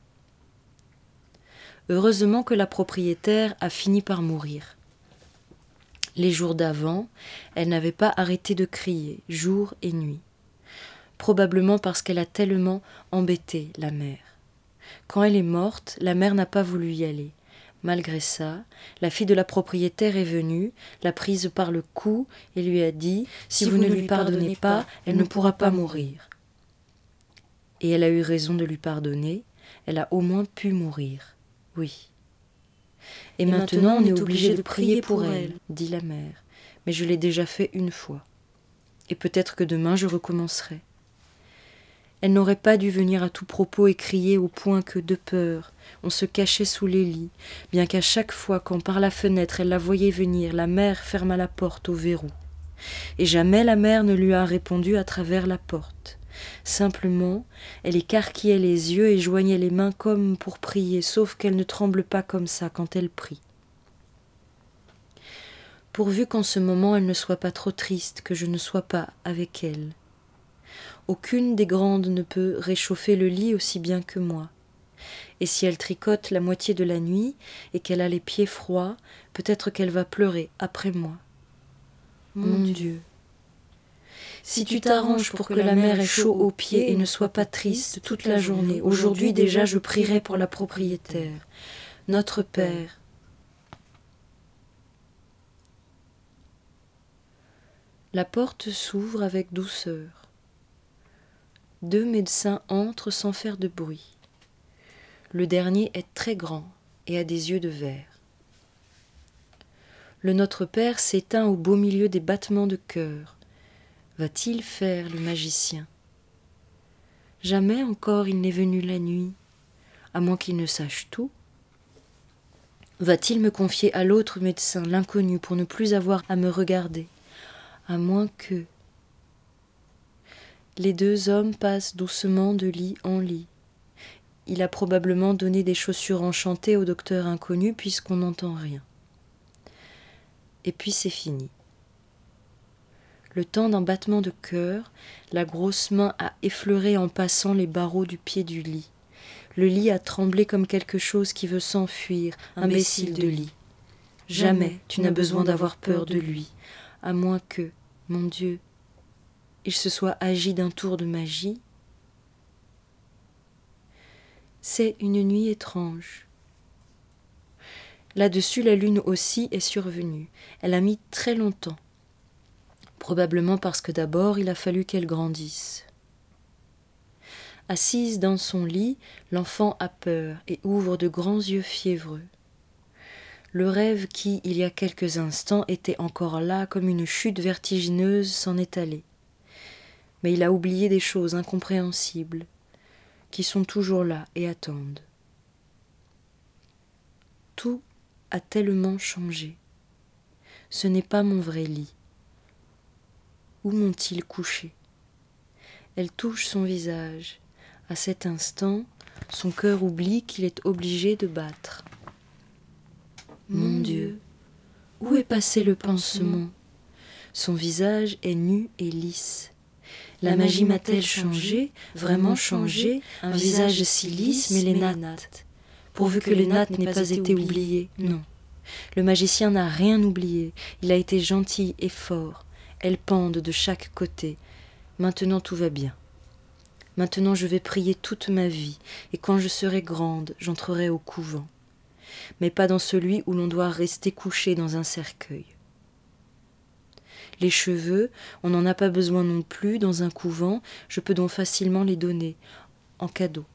Heureusement que la propriétaire a fini par mourir. Les jours d'avant, elle n'avait pas arrêté de crier, jour et nuit. Probablement parce qu'elle a tellement embêté la mère. Quand elle est morte, la mère n'a pas voulu y aller. Malgré ça, la fille de la propriétaire est venue, l'a prise par le cou et lui a dit « Si vous ne lui pardonnez pas, elle ne pourra pas mourir. » Et elle a eu raison de lui pardonner, elle a au moins pu mourir, oui. « Et, et maintenant, on est obligé de prier pour elle, dit la mère, mais je l'ai déjà fait une fois. Et peut-être que demain je recommencerai. » Elle n'aurait pas dû venir à tout propos et crier au point que, de peur, on se cachait sous les lits, bien qu'à chaque fois quand par la fenêtre elle la voyait venir, la mère ferma la porte au verrou. Et jamais la mère ne lui a répondu à travers la porte. Simplement, elle écarquillait les yeux et joignait les mains comme pour prier, sauf qu'elle ne tremble pas comme ça quand elle prie. Pourvu qu'en ce moment elle ne soit pas trop triste, que je ne sois pas avec elle. Aucune des grandes ne peut réchauffer le lit aussi bien que moi. Et si elle tricote la moitié de la nuit et qu'elle a les pieds froids, peut-être qu'elle va pleurer après moi. Mon, Mon Dieu. Dieu. Si tu t'arranges pour que la mère ait chaud aux pieds et ne soit pas triste toute la journée, aujourd'hui déjà je prierai pour la propriétaire. Notre Père. La porte s'ouvre avec douceur. Deux médecins entrent sans faire de bruit. Le dernier est très grand et a des yeux de verre. Le Notre Père s'éteint au beau milieu des battements de cœur. Va-t-il faire le magicien? Jamais encore il n'est venu la nuit, à moins qu'il ne sache tout. Va-t-il me confier à l'autre médecin, l'inconnu, pour ne plus avoir à me regarder, à moins que... Les deux hommes passent doucement de lit en lit. Il a probablement donné des chaussures enchantées au docteur inconnu puisqu'on n'entend rien. Et puis c'est fini. Le temps d'un battement de cœur, la grosse main a effleuré en passant les barreaux du pied du lit. Le lit a tremblé comme quelque chose qui veut s'enfuir, imbécile de lit. Jamais tu n'as besoin d'avoir peur de lui, à moins que, mon Dieu, il se soit agi d'un tour de magie. C'est une nuit étrange. Là-dessus, la lune aussi est survenue. Elle a mis très longtemps. Probablement parce que d'abord, il a fallu qu'elle grandisse. Assise dans son lit, l'enfant a peur et ouvre de grands yeux fiévreux. Le rêve qui, il y a quelques instants, était encore là comme une chute vertigineuse s'en est allé. Mais il a oublié des choses incompréhensibles, qui sont toujours là et attendent. Tout a tellement changé. Ce n'est pas mon vrai lit. Où m'ont-ils couché? Elle touche son visage. À cet instant, son cœur oublie qu'il est obligé de battre. Mon Dieu, où est passé le pansement? Son visage est nu et lisse. La magie m'a-t-elle changé, vraiment changé, un visage si lisse, mais les nattes? Pourvu que les nattes n'aient pas été oubliées, non. Le magicien n'a rien oublié, il a été gentil et fort. Elles pendent de chaque côté. Maintenant tout va bien. Maintenant je vais prier toute ma vie, et quand je serai grande, j'entrerai au couvent. Mais pas dans celui où l'on doit rester couché dans un cercueil. Les cheveux, on n'en a pas besoin non plus dans un couvent, je peux donc facilement les donner, en cadeau.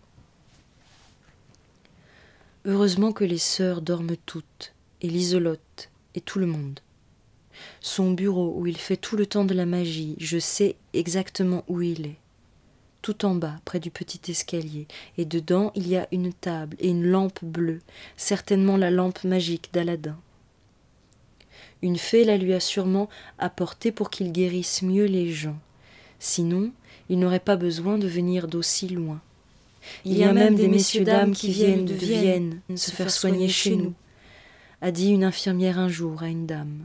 Heureusement que les sœurs dorment toutes, et Liselotte, et tout le monde. Son bureau où il fait tout le temps de la magie, je sais exactement où il est. Tout en bas, près du petit escalier, et dedans il y a une table et une lampe bleue, certainement la lampe magique d'Aladin. Une fée la lui a sûrement apportée pour qu'il guérisse mieux les gens. Sinon, il n'aurait pas besoin de venir d'aussi loin. Il y a même des messieurs-dames qui viennent de Vienne se faire soigner chez nous, a dit une infirmière un jour à une dame.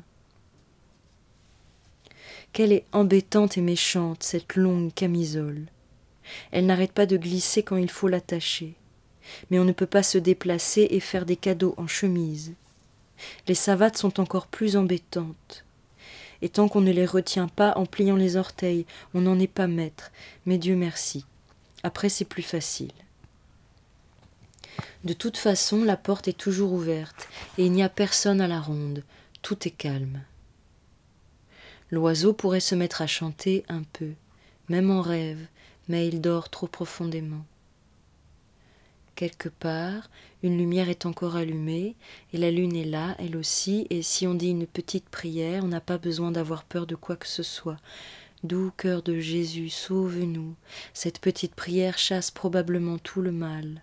Qu'elle est embêtante et méchante, cette longue camisole. Elle n'arrête pas de glisser quand il faut l'attacher. Mais on ne peut pas se déplacer et faire des cadeaux en chemise. Les savates sont encore plus embêtantes. et tant qu'on ne les retient pas en pliant les orteils, on n'en est pas maître, mais Dieu merci. Après, c'est plus facile. De toute façon, la porte est toujours ouverte, et il n'y a personne à la ronde, tout est calme. L'oiseau pourrait se mettre à chanter un peu, même en rêve, mais il dort trop profondément. Quelque part, une lumière est encore allumée, et la lune est là, elle aussi, et si on dit une petite prière, on n'a pas besoin d'avoir peur de quoi que ce soit. Doux cœur de Jésus, sauve-nous. Cette petite prière chasse probablement tout le mal.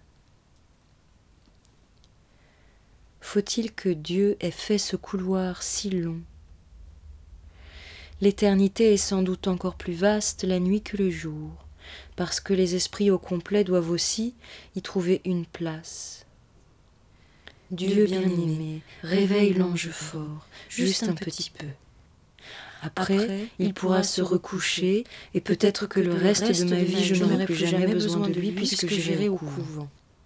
Faut-il que Dieu ait fait ce couloir si long? L'éternité est sans doute encore plus vaste la nuit que le jour, parce que les esprits au complet doivent aussi y trouver une place. Dieu bien-aimé, réveille l'ange fort, juste un petit peu. Après, il pourra se recoucher, et peut-être que le reste de ma vie, je n'aurai plus jamais besoin de lui, puisque j'irai au couvent.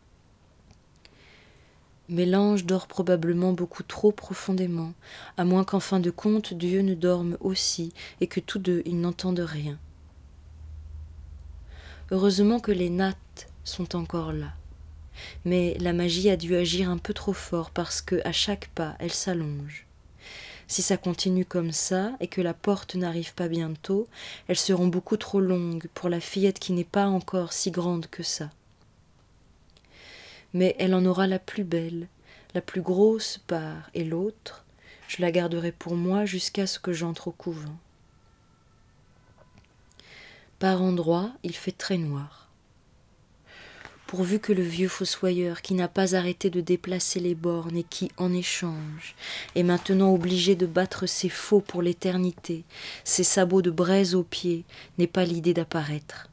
Mais l'ange dort probablement beaucoup trop profondément, à moins qu'en fin de compte Dieu ne dorme aussi, et que tous deux ils n'entendent rien. Heureusement que les nattes sont encore là. Mais la magie a dû agir un peu trop fort parce que, à chaque pas, elle s'allonge. Si ça continue comme ça et que la porte n'arrive pas bientôt, elles seront beaucoup trop longues pour la fillette qui n'est pas encore si grande que ça. Mais elle en aura la plus belle, la plus grosse part, et l'autre, je la garderai pour moi jusqu'à ce que j'entre au couvent. Par endroits, il fait très noir. Pourvu que le vieux fossoyeur, qui n'a pas arrêté de déplacer les bornes et qui, en échange, est maintenant obligé de battre ses faux pour l'éternité, ses sabots de braise aux pieds, n'ait pas l'idée d'apparaître.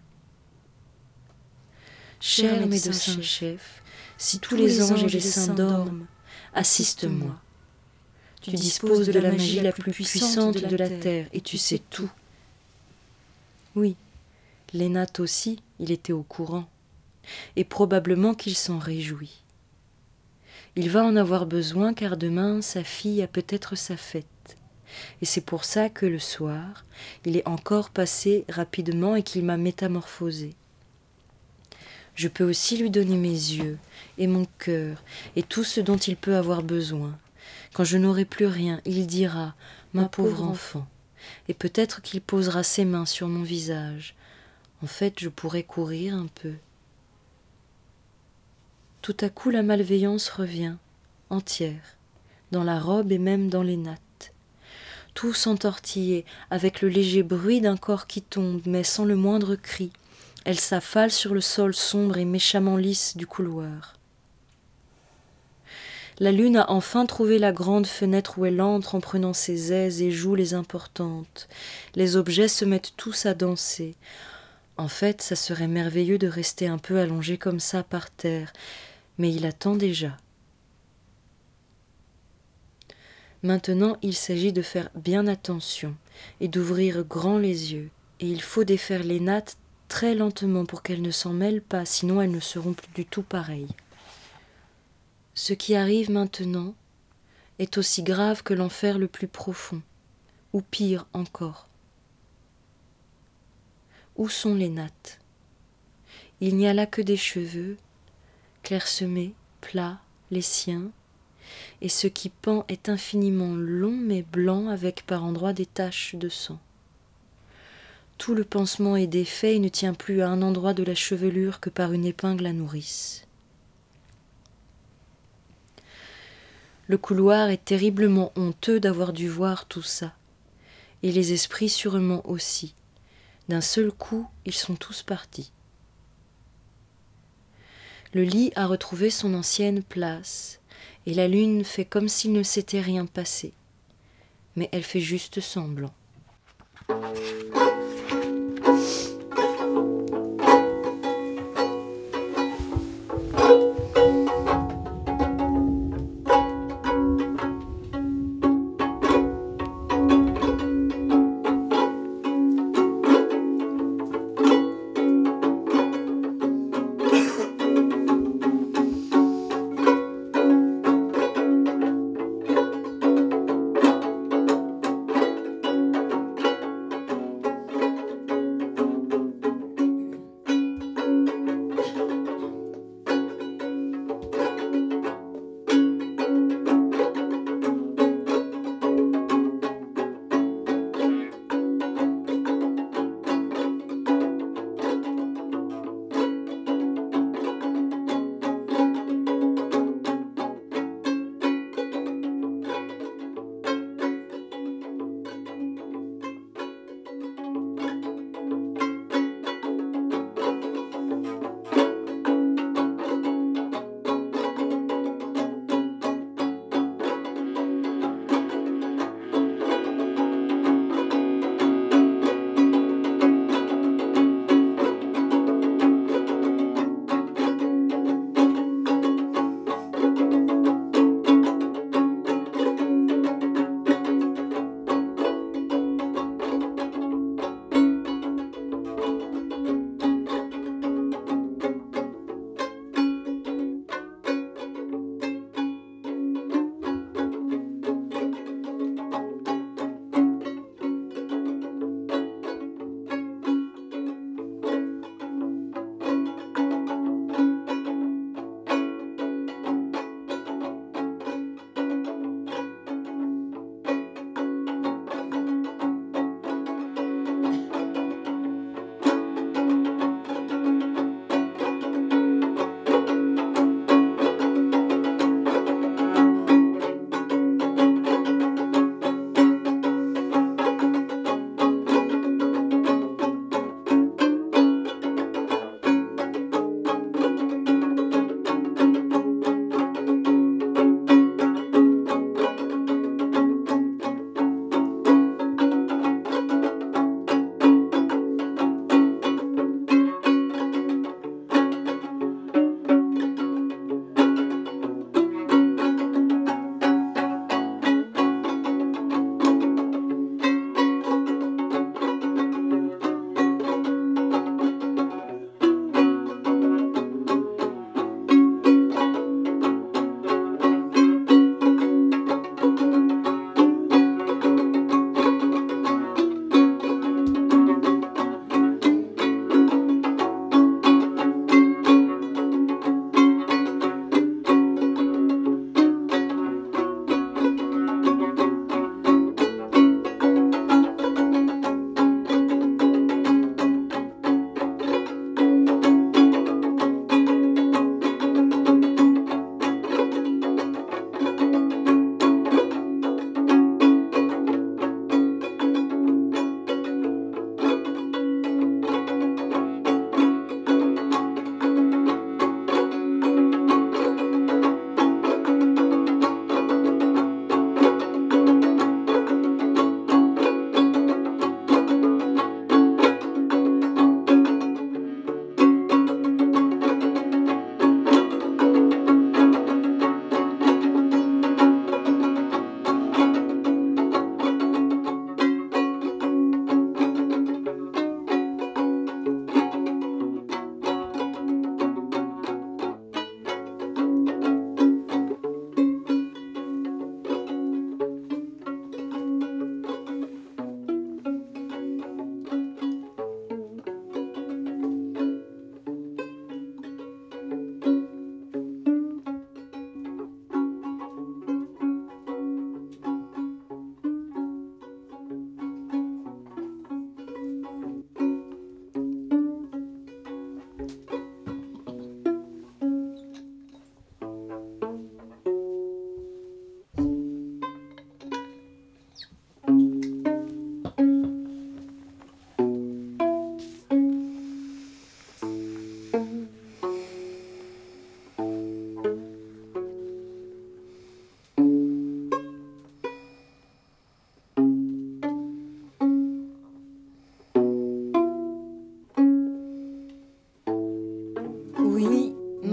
Cher médecin-chef, si tous les anges et les saints dorment, assiste-moi. Tu disposes de la magie la plus puissante de la terre et tu sais tout. Oui, les nattes aussi, il était au courant. Et probablement qu'il s'en réjouit. Il va en avoir besoin car demain sa fille a peut-être sa fête. Et c'est pour ça que le soir, il est encore passé rapidement et qu'il m'a métamorphosé. Je peux aussi lui donner mes yeux et mon cœur et tout ce dont il peut avoir besoin. Quand je n'aurai plus rien, il dira « ma pauvre enfant » et peut-être qu'il posera ses mains sur mon visage. En fait, je pourrais courir un peu. Tout à coup, la malveillance revient, entière, dans la robe et même dans les nattes. Tout s'entortillait, avec le léger bruit d'un corps qui tombe, mais sans le moindre cri. Elle s'affale sur le sol sombre et méchamment lisse du couloir. La lune a enfin trouvé la grande fenêtre où elle entre en prenant ses aises et joue les importantes. Les objets se mettent tous à danser. En fait, ça serait merveilleux de rester un peu allongé comme ça par terre, mais il attend déjà. Maintenant, il s'agit de faire bien attention et d'ouvrir grand les yeux, et il faut défaire les nattes très lentement pour qu'elles ne s'en mêlent pas, sinon elles ne seront plus du tout pareilles. Ce qui arrive maintenant est aussi grave que l'enfer le plus profond, ou pire encore. Où sont les nattes? Il n'y a là que des cheveux, clairsemés, plats, les siens, et ce qui pend est infiniment long mais blanc avec par endroits des taches de sang. Tout le pansement est défait et ne tient plus à un endroit de la chevelure que par une épingle à nourrice. Le couloir est terriblement honteux d'avoir dû voir tout ça, et les esprits sûrement aussi. D'un seul coup, ils sont tous partis. Le lit a retrouvé son ancienne place, et la lune fait comme s'il ne s'était rien passé. Mais elle fait juste semblant.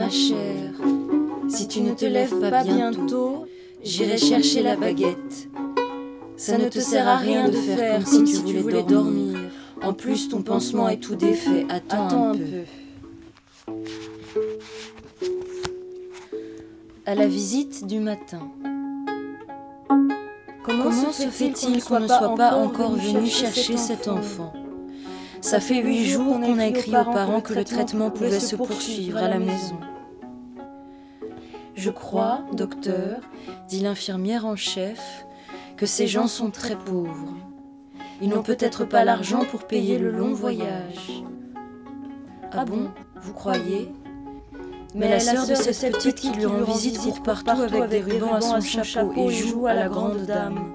ma chère, si tu ne te lèves pas bientôt, j'irai chercher la baguette. Ça ne te sert à rien de faire comme si tu voulais dormir. En plus, ton pansement est tout défait. Attends un peu. À la visite du matin. Comment, Comment se fait-il qu'on ne soit pas encore venu chercher cet enfant ? Ça fait huit jours qu'on a écrit aux parents que le traitement pouvait se poursuivre à la maison. Je crois, docteur, dit l'infirmière en chef, que ces gens sont très pauvres. Ils n'ont peut-être pas l'argent pour payer le long voyage. Ah bon, vous croyez ? Mais la sœur de cette petite qui lui rend visite court partout avec des rubans à son chapeau et joue à la grande dame.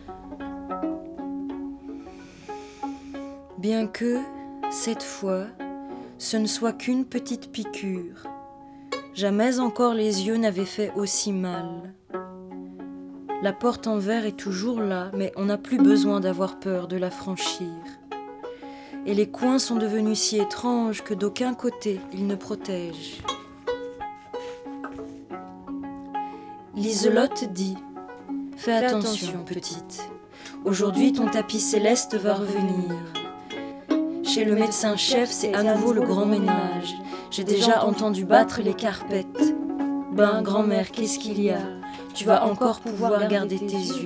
Bien que, cette fois, ce ne soit qu'une petite piqûre, jamais encore les yeux n'avaient fait aussi mal. La porte en verre est toujours là, mais on n'a plus besoin d'avoir peur de la franchir. Et les coins sont devenus si étranges que d'aucun côté ils ne protègent. Liselotte dit « Fais attention, petite. Aujourd'hui, ton tapis céleste va revenir. Chez le médecin-chef, c'est à nouveau le grand ménage. J'ai déjà entendu battre les carpettes. Ben, grand-mère, qu'est-ce qu'il y a ? Tu vas encore pouvoir garder tes yeux. »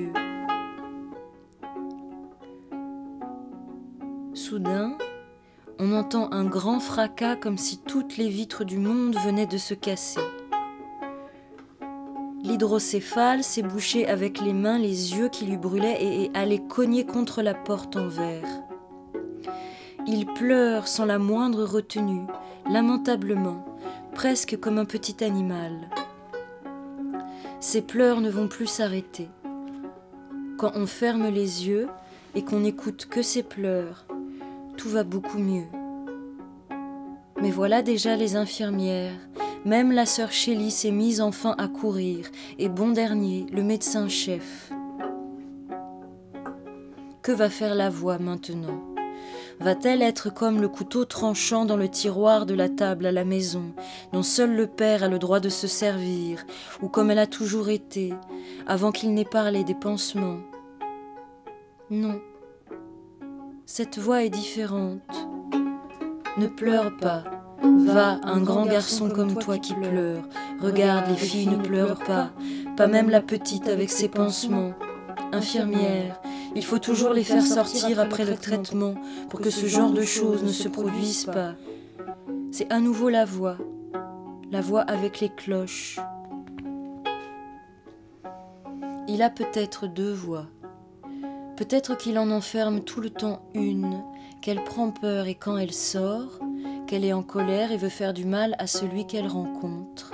Soudain, on entend un grand fracas comme si toutes les vitres du monde venaient de se casser. L'hydrocéphale s'est bouché avec les mains les yeux qui lui brûlaient et est allé cogner contre la porte en verre. Il pleure sans la moindre retenue, lamentablement, presque comme un petit animal. Ses pleurs ne vont plus s'arrêter. Quand on ferme les yeux et qu'on n'écoute que ses pleurs, tout va beaucoup mieux. Mais voilà déjà les infirmières. Même la sœur Chélie s'est mise enfin à courir, et bon dernier, le médecin-chef. Que va faire la voix maintenant ? Va-t-elle être comme le couteau tranchant dans le tiroir de la table à la maison, dont seul le père a le droit de se servir, ou comme elle a toujours été, avant qu'il n'ait parlé des pansements ? Non. Cette voix est différente. Ne pleure pas. Va, un grand garçon comme toi qui pleure. Regarde, les filles ne pleurent pas, pas même la petite avec ses pansements. Infirmière, il faut toujours les faire sortir après le traitement pour que ce genre de choses ne se produisent pas. C'est à nouveau la voix, la voix avec les cloches. Il a peut-être deux voix. Peut-être qu'il en enferme tout le temps une, qu'elle prend peur et quand elle sort, qu'elle est en colère et veut faire du mal à celui qu'elle rencontre.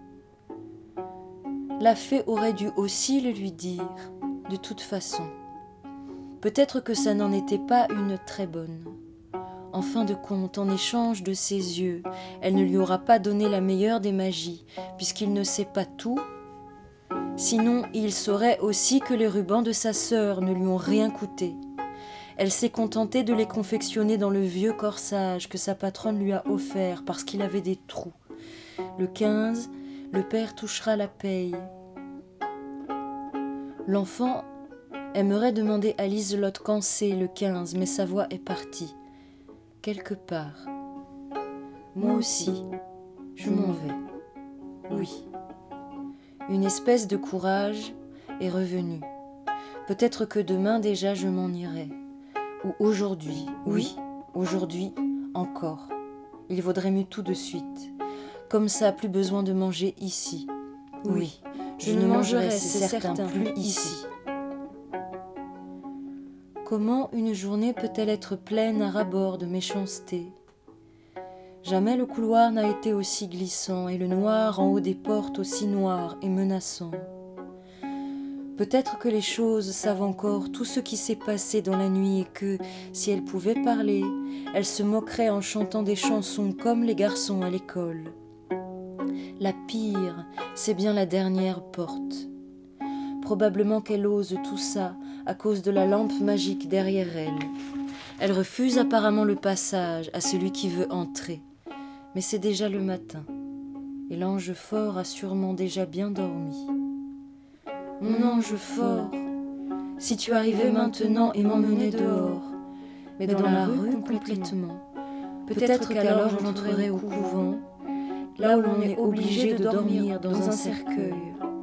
La fée aurait dû aussi le lui dire, de toute façon. Peut-être que ça n'en était pas une très bonne. En fin de compte, en échange de ses yeux, elle ne lui aura pas donné la meilleure des magies, puisqu'il ne sait pas tout. Sinon, il saurait aussi que les rubans de sa sœur ne lui ont rien coûté. Elle s'est contentée de les confectionner dans le vieux corsage que sa patronne lui a offert parce qu'il avait des trous. Le quinze, le père touchera la paye. L'enfant aimerait demander à Liselotte quand c'est le quinze, mais sa voix est partie. Quelque part. Moi aussi, je m'en vais. Oui. Une espèce de courage est revenu. Peut-être que demain déjà je m'en irai. Ou aujourd'hui, oui, aujourd'hui encore. Il vaudrait mieux tout de suite. Comme ça, plus besoin de manger ici. Oui, je, je ne mangerai, c'est certain, plus ici. Comment une journée peut-elle être pleine à ras-bord de méchanceté ? Jamais le couloir n'a été aussi glissant et le noir en haut des portes aussi noir et menaçant. Peut-être que les choses savent encore tout ce qui s'est passé dans la nuit et que, si elles pouvaient parler, elles se moqueraient en chantant des chansons comme les garçons à l'école. La pire, c'est bien la dernière porte. Probablement qu'elle ose tout ça à cause de la lampe magique derrière elle. Elle refuse apparemment le passage à celui qui veut entrer. Mais c'est déjà le matin. et l'ange fort a sûrement déjà bien dormi. Mon ange fort, si tu arrivais maintenant et m'emmenais dehors, mais dans la rue complètement, peut-être qu'alors j'entrerais au couvent, là où l'on est obligé de dormir dans un cercueil.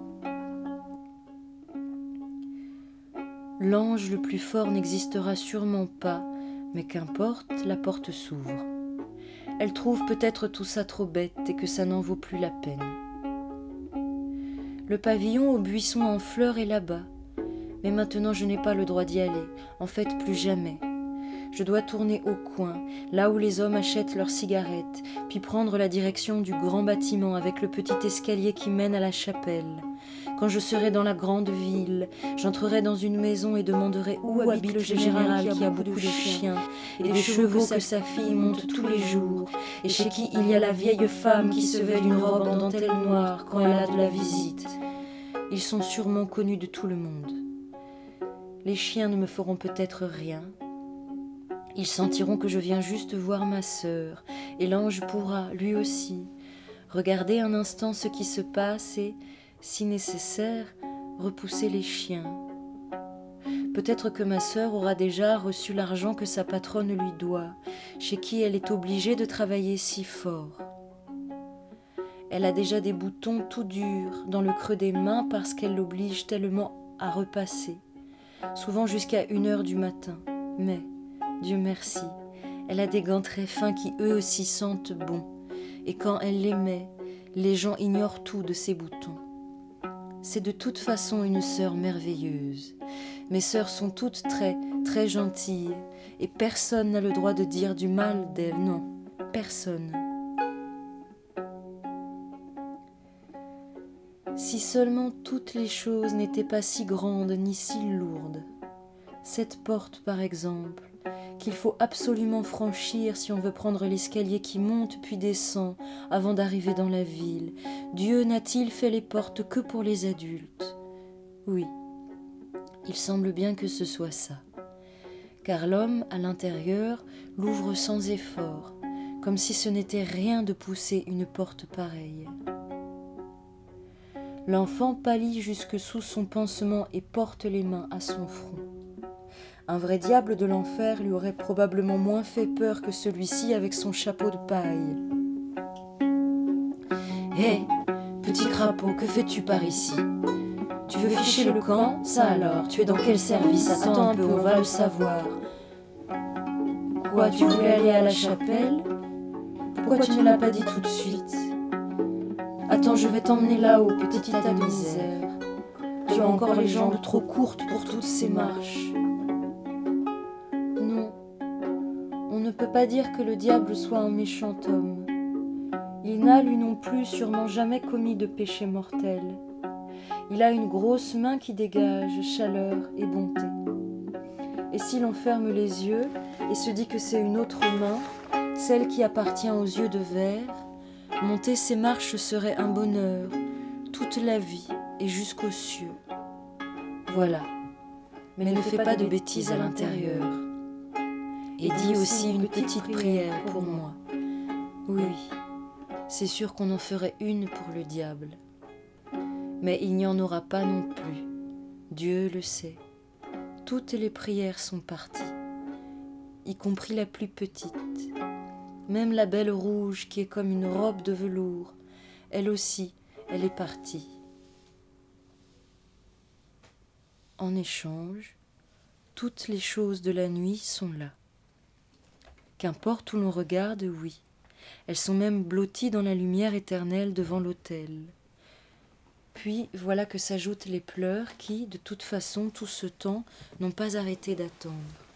L'ange le plus fort n'existera sûrement pas, mais qu'importe, la porte s'ouvre. Elle trouve peut-être tout ça trop bête et que ça n'en vaut plus la peine. Le pavillon aux buissons en fleurs est là-bas, mais maintenant je n'ai pas le droit d'y aller, en fait plus jamais. Je dois tourner au coin, là où les hommes achètent leurs cigarettes, puis prendre la direction du grand bâtiment avec le petit escalier qui mène à la chapelle. Quand je serai dans la grande ville, j'entrerai dans une maison et demanderai où, où habite le général qui a beaucoup de chiens et des chevaux que sa fille monte tous les jours, et chez qui il y a la vieille femme qui se vêt d'une robe en dentelle noire quand elle a de la visite. Ils sont sûrement connus de tout le monde. Les chiens ne me feront peut-être rien. Ils sentiront que je viens juste voir ma sœur, et l'ange pourra, lui aussi, regarder un instant ce qui se passe et, si nécessaire, repousser les chiens. Peut-être que ma sœur aura déjà reçu l'argent que sa patronne lui doit, chez qui elle est obligée de travailler si fort. Elle a déjà des boutons tout durs dans le creux des mains parce qu'elle l'oblige tellement à repasser, souvent jusqu'à une heure du matin. Mais, Dieu merci, elle a des gants très fins qui eux aussi sentent bon, et quand elle les met, les gens ignorent tout de ses boutons. C'est de toute façon une sœur merveilleuse. Mes sœurs sont toutes très, très gentilles, et personne n'a le droit de dire du mal d'elles, non, personne. Si seulement toutes les choses n'étaient pas si grandes ni si lourdes. Cette porte, par exemple, qu'il faut absolument franchir si on veut prendre l'escalier qui monte puis descend avant d'arriver dans la ville. Dieu n'a-t-il fait les portes que pour les adultes? Oui, il semble bien que ce soit ça. Car l'homme, à l'intérieur, l'ouvre sans effort, comme si ce n'était rien de pousser une porte pareille. L'enfant pâlit jusque sous son pansement et porte les mains à son front. Un vrai diable de l'enfer lui aurait probablement moins fait peur que celui-ci avec son chapeau de paille. « Hé, petit crapaud, que fais-tu par ici? Tu veux ficher le camp? Ça alors, tu es dans quel service? Attends un peu, on va le savoir. Quoi, tu voulais aller à la chapelle? Pourquoi tu ne l'as pas dit tout de suite? Attends, je vais t'emmener là-haut, petit tas de misère. Tu as encore les jambes trop courtes pour toutes ces marches. » On ne peut pas dire que le diable soit un méchant homme. Il n'a, lui non plus, sûrement jamais commis de péché mortel. Il a une grosse main qui dégage chaleur et bonté. Et si l'on ferme les yeux et se dit que c'est une autre main, celle qui appartient aux yeux de verre, monter ces marches serait un bonheur, toute la vie et jusqu'aux cieux. Voilà. Mais ne fais pas de bêtises à l'intérieur. Et dis aussi une petite prière pour moi. Oui, c'est sûr qu'on en ferait une pour le diable. Mais il n'y en aura pas non plus. Dieu le sait. Toutes les prières sont parties, y compris la plus petite. Même la belle rouge qui est comme une robe de velours, elle aussi, elle est partie. En échange, toutes les choses de la nuit sont là. Qu'importe où l'on regarde, oui. Elles sont même blotties dans la lumière éternelle devant l'autel. Puis voilà que s'ajoutent les pleurs qui, de toute façon, tout ce temps, n'ont pas arrêté d'attendre.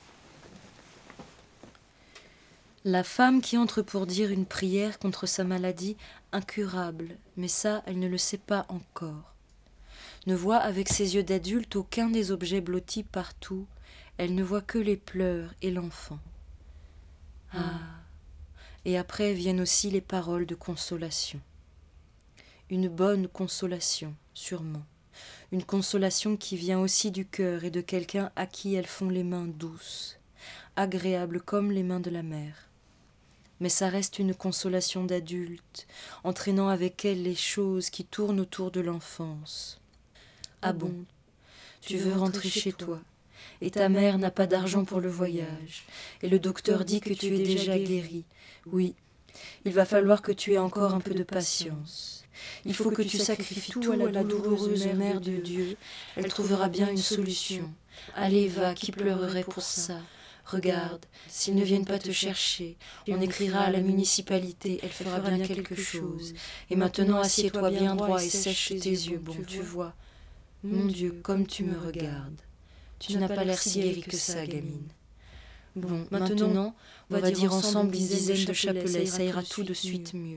La femme qui entre pour dire une prière contre sa maladie incurable, mais ça, elle ne le sait pas encore, ne voit avec ses yeux d'adulte aucun des objets blottis partout, elle ne voit que les pleurs et l'enfant. Ah, et après viennent aussi les paroles de consolation. Une bonne consolation, sûrement. Une consolation qui vient aussi du cœur et de quelqu'un à qui elles font les mains douces, agréables comme les mains de la mère. mais ça reste une consolation d'adulte, entraînant avec elle les choses qui tournent autour de l'enfance. Ah bon, tu veux rentrer chez toi, et ta mère n'a pas d'argent pour le voyage, et le docteur dit que tu es déjà guéri. Oui, il va falloir que tu aies encore un peu de patience. Il faut que tu sacrifies tout à la douloureuse mère de Dieu. Elle trouvera bien une solution. Allez, va, qui pleurerait pour ça? Regarde, s'ils ne viennent pas te chercher, on écrira à la municipalité, elle fera bien quelque chose. Et maintenant, assieds-toi bien droit et sèche tes yeux, bon, tu vois. Mon Dieu, comme tu me regardes. Tu n'as pas l'air si guérie que ça, gamine. Bon, maintenant, on va dire ensemble une dizaine de chapelets, ça ira tout de suite mieux.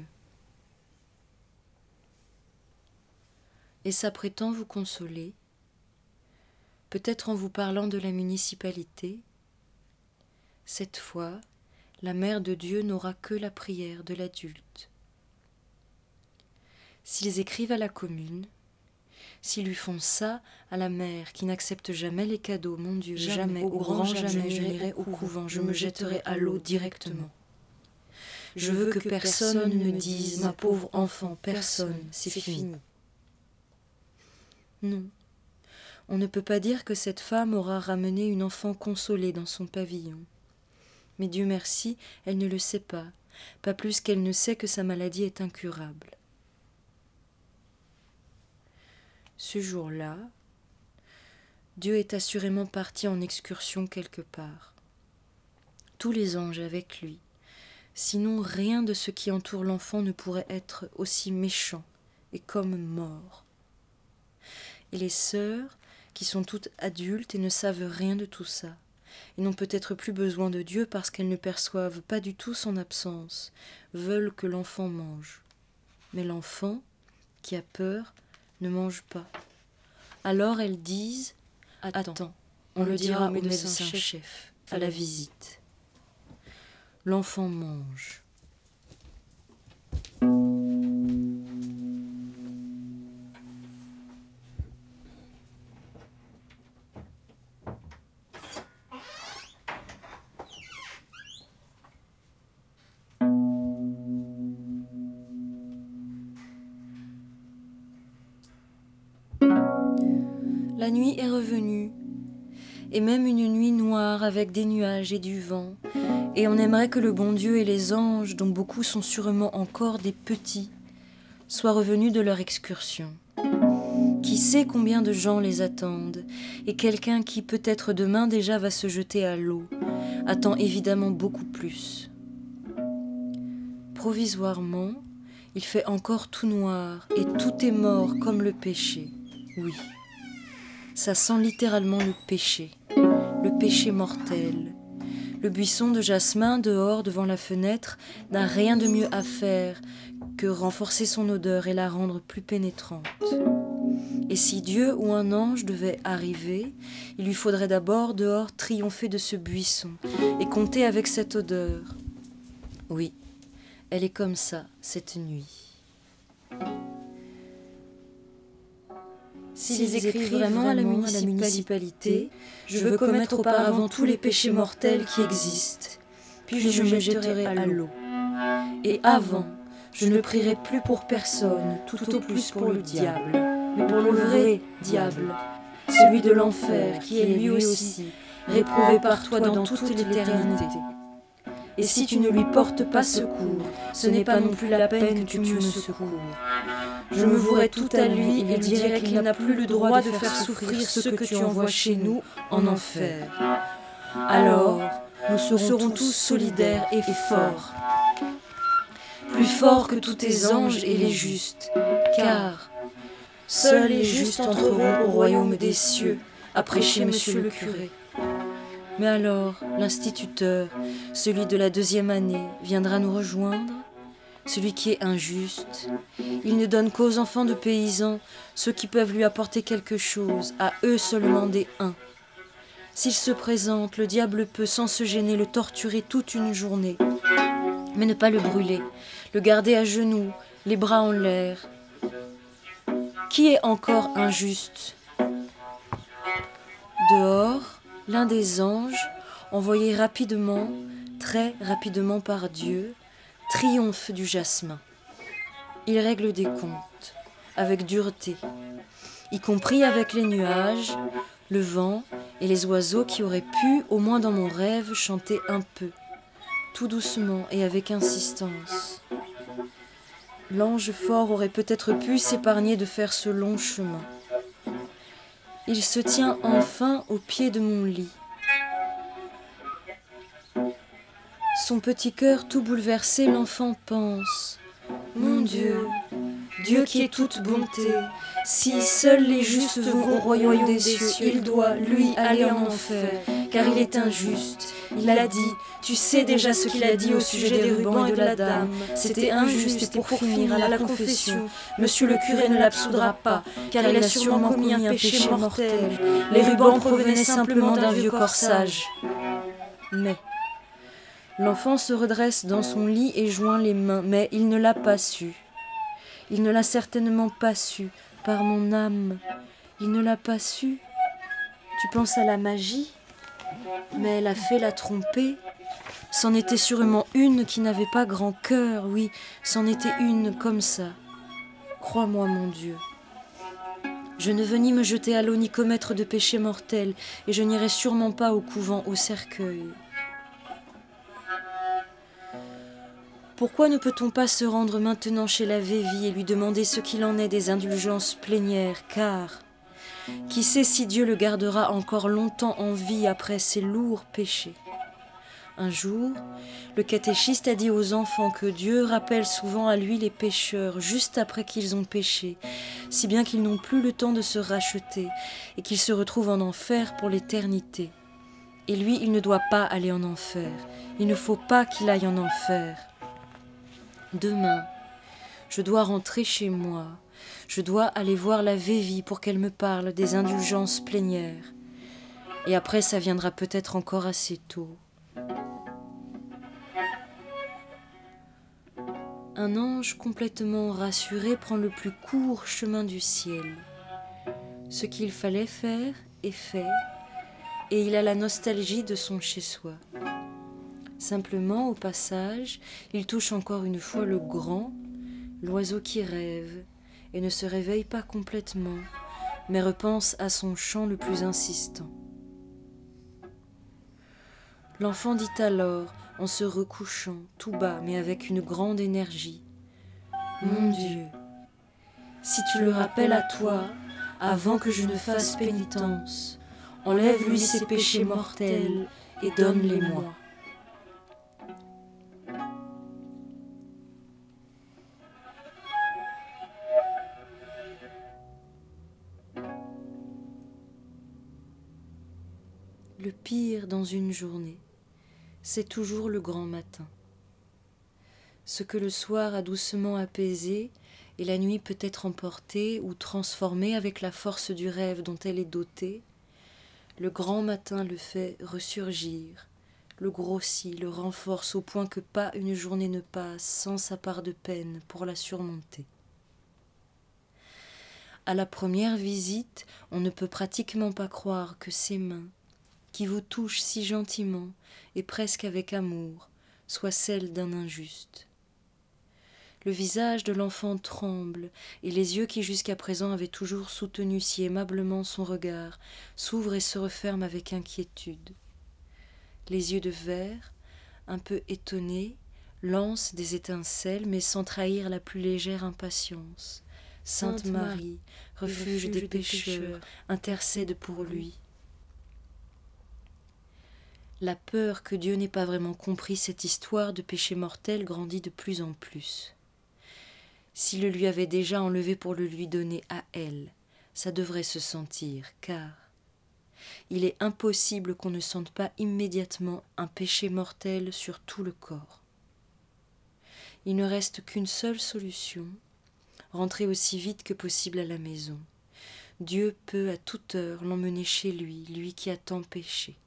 Et s'apprêtant vous consoler, peut-être en vous parlant de la municipalité, cette fois, la Mère de Dieu n'aura que la prière de l'adulte. S'ils écrivent à la commune, s'ils lui font ça à la mère qui n'accepte jamais les cadeaux, mon Dieu, jamais, jamais au grand jamais, je n'irai au couvent, je me jetterai à l'eau directement. Je veux que personne ne me dise, ma pauvre enfant, personne, c'est fini. Non, on ne peut pas dire que cette femme aura ramené une enfant consolée dans son pavillon. Mais Dieu merci, elle ne le sait pas, pas plus qu'elle ne sait que sa maladie est incurable. Ce jour-là, Dieu est assurément parti en excursion quelque part. Tous les anges avec lui, sinon rien de ce qui entoure l'enfant ne pourrait être aussi méchant et comme mort. Et les sœurs, qui sont toutes adultes et ne savent rien de tout ça, et n'ont peut-être plus besoin de Dieu parce qu'elles ne perçoivent pas du tout son absence, veulent que l'enfant mange. Mais l'enfant, qui a peur, ne mange pas. Alors elles disent « Attends, on le dira au médecin-chef, à la visite. » L'enfant mange. La nuit est revenue, et même une nuit noire avec des nuages et du vent, et on aimerait que le bon Dieu et les anges, dont beaucoup sont sûrement encore des petits, soient revenus de leur excursion. Qui sait combien de gens les attendent, et quelqu'un qui peut-être demain déjà va se jeter à l'eau, attend évidemment beaucoup plus. Provisoirement, il fait encore tout noir, et tout est mort comme le péché, oui. Ça sent littéralement le péché, le péché mortel. Le buisson de jasmin dehors devant la fenêtre n'a rien de mieux à faire que renforcer son odeur et la rendre plus pénétrante. Et si Dieu ou un ange devait arriver, il lui faudrait d'abord dehors triompher de ce buisson et compter avec cette odeur. Oui, elle est comme ça, cette nuit. S'ils écrivent vraiment à la municipalité, je veux commettre auparavant tous les péchés mortels qui existent, puis je me jetterai à l'eau. Et avant, je ne prierai plus pour personne, tout au plus pour le diable, mais pour le vrai diable, celui de l'enfer qui est lui aussi réprouvé par toi dans toute l'éternité. Et si tu ne lui portes pas secours, ce n'est pas non plus la peine que tu me secours. Je me vouerai tout à lui et dirai qu'il n'a plus le droit de faire souffrir ceux que tu envoies chez nous en enfer. Alors, nous serons tous solidaires et forts, plus forts que tous tes anges et les justes, car seuls les justes entreront au royaume des cieux, a prêché monsieur le curé. Mais alors, l'instituteur, celui de la deuxième année, viendra nous rejoindre? Celui qui est injuste. Il ne donne qu'aux enfants de paysans, ceux qui peuvent lui apporter quelque chose, à eux seulement des uns. S'il se présente, le diable peut sans se gêner le torturer toute une journée, mais ne pas le brûler, le garder à genoux, les bras en l'air. Qui est encore injuste? Dehors, l'un des anges, envoyé rapidement, très rapidement par Dieu, triomphe du jasmin. Il règle des comptes, avec dureté, y compris avec les nuages, le vent et les oiseaux qui auraient pu, au moins dans mon rêve, chanter un peu, tout doucement et avec insistance. L'ange fort aurait peut-être pu s'épargner de faire ce long chemin. Il se tient enfin au pied de mon lit. Son petit cœur tout bouleversé, l'enfant pense « Mon Dieu, Dieu qui est toute bonté, si seuls les justes vont au royaume des cieux, il doit, lui, aller en enfer, car il est injuste. Il a dit, tu sais déjà ce qu'il a dit au sujet des rubans et de la dame. C'était injuste et pour finir à la confession, monsieur le curé ne l'absoudra pas, car il a sûrement commis un péché mortel. Les rubans provenaient simplement d'un vieux corsage. » Mais l'enfant se redresse dans son lit et joint les mains, mais il ne l'a pas su. Il ne l'a certainement pas su, par mon âme. Il ne l'a pas su. Tu penses à la magie? Mais elle a fait la tromper. C'en était sûrement une qui n'avait pas grand cœur, oui, c'en était une comme ça. Crois-moi, mon Dieu. Je ne veux ni me jeter à l'eau ni commettre de péché mortel, et je n'irai sûrement pas au couvent, au cercueil. Pourquoi ne peut-on pas se rendre maintenant chez la Vévie et lui demander ce qu'il en est des indulgences plénières, car qui sait si Dieu le gardera encore longtemps en vie après ses lourds péchés. Un jour, le catéchiste a dit aux enfants que Dieu rappelle souvent à lui les pécheurs juste après qu'ils ont péché, si bien qu'ils n'ont plus le temps de se racheter et qu'ils se retrouvent en enfer pour l'éternité. Et lui, il ne doit pas aller en enfer. Il ne faut pas qu'il aille en enfer. Demain, je dois rentrer chez moi. Je dois aller voir la Vévie pour qu'elle me parle des indulgences plénières. Et après, ça viendra peut-être encore assez tôt. Un ange complètement rassuré prend le plus court chemin du ciel. Ce qu'il fallait faire est fait, et il a la nostalgie de son chez-soi. Simplement, au passage, il touche encore une fois le grand, l'oiseau qui rêve, et ne se réveille pas complètement, mais repense à son chant le plus insistant. L'enfant dit alors, en se recouchant, tout bas, mais avec une grande énergie, « Mon Dieu, si tu le rappelles à toi, avant que je ne fasse pénitence, enlève-lui ses péchés mortels et donne-les-moi. » Le pire dans une journée, c'est toujours le grand matin. Ce que le soir a doucement apaisé et la nuit peut être emportée ou transformée avec la force du rêve dont elle est dotée, le grand matin le fait ressurgir, le grossit, le renforce au point que pas une journée ne passe sans sa part de peine pour la surmonter. À la première visite, on ne peut pratiquement pas croire que ses mains, qui vous touche si gentiment et presque avec amour, soit celle d'un injuste. Le visage de l'enfant tremble, et les yeux qui jusqu'à présent avaient toujours soutenu si aimablement son regard s'ouvrent et se referment avec inquiétude. Les yeux de verre, un peu étonnés, lancent des étincelles, mais sans trahir la plus légère impatience. Sainte Marie, refuge des pécheurs, intercède pour lui. La peur que Dieu n'ait pas vraiment compris cette histoire de péché mortel grandit de plus en plus. S'il le lui avait déjà enlevé pour le lui donner à elle, ça devrait se sentir, car il est impossible qu'on ne sente pas immédiatement un péché mortel sur tout le corps. Il ne reste qu'une seule solution, rentrer aussi vite que possible à la maison. Dieu peut à toute heure l'emmener chez lui, lui qui a tant péché.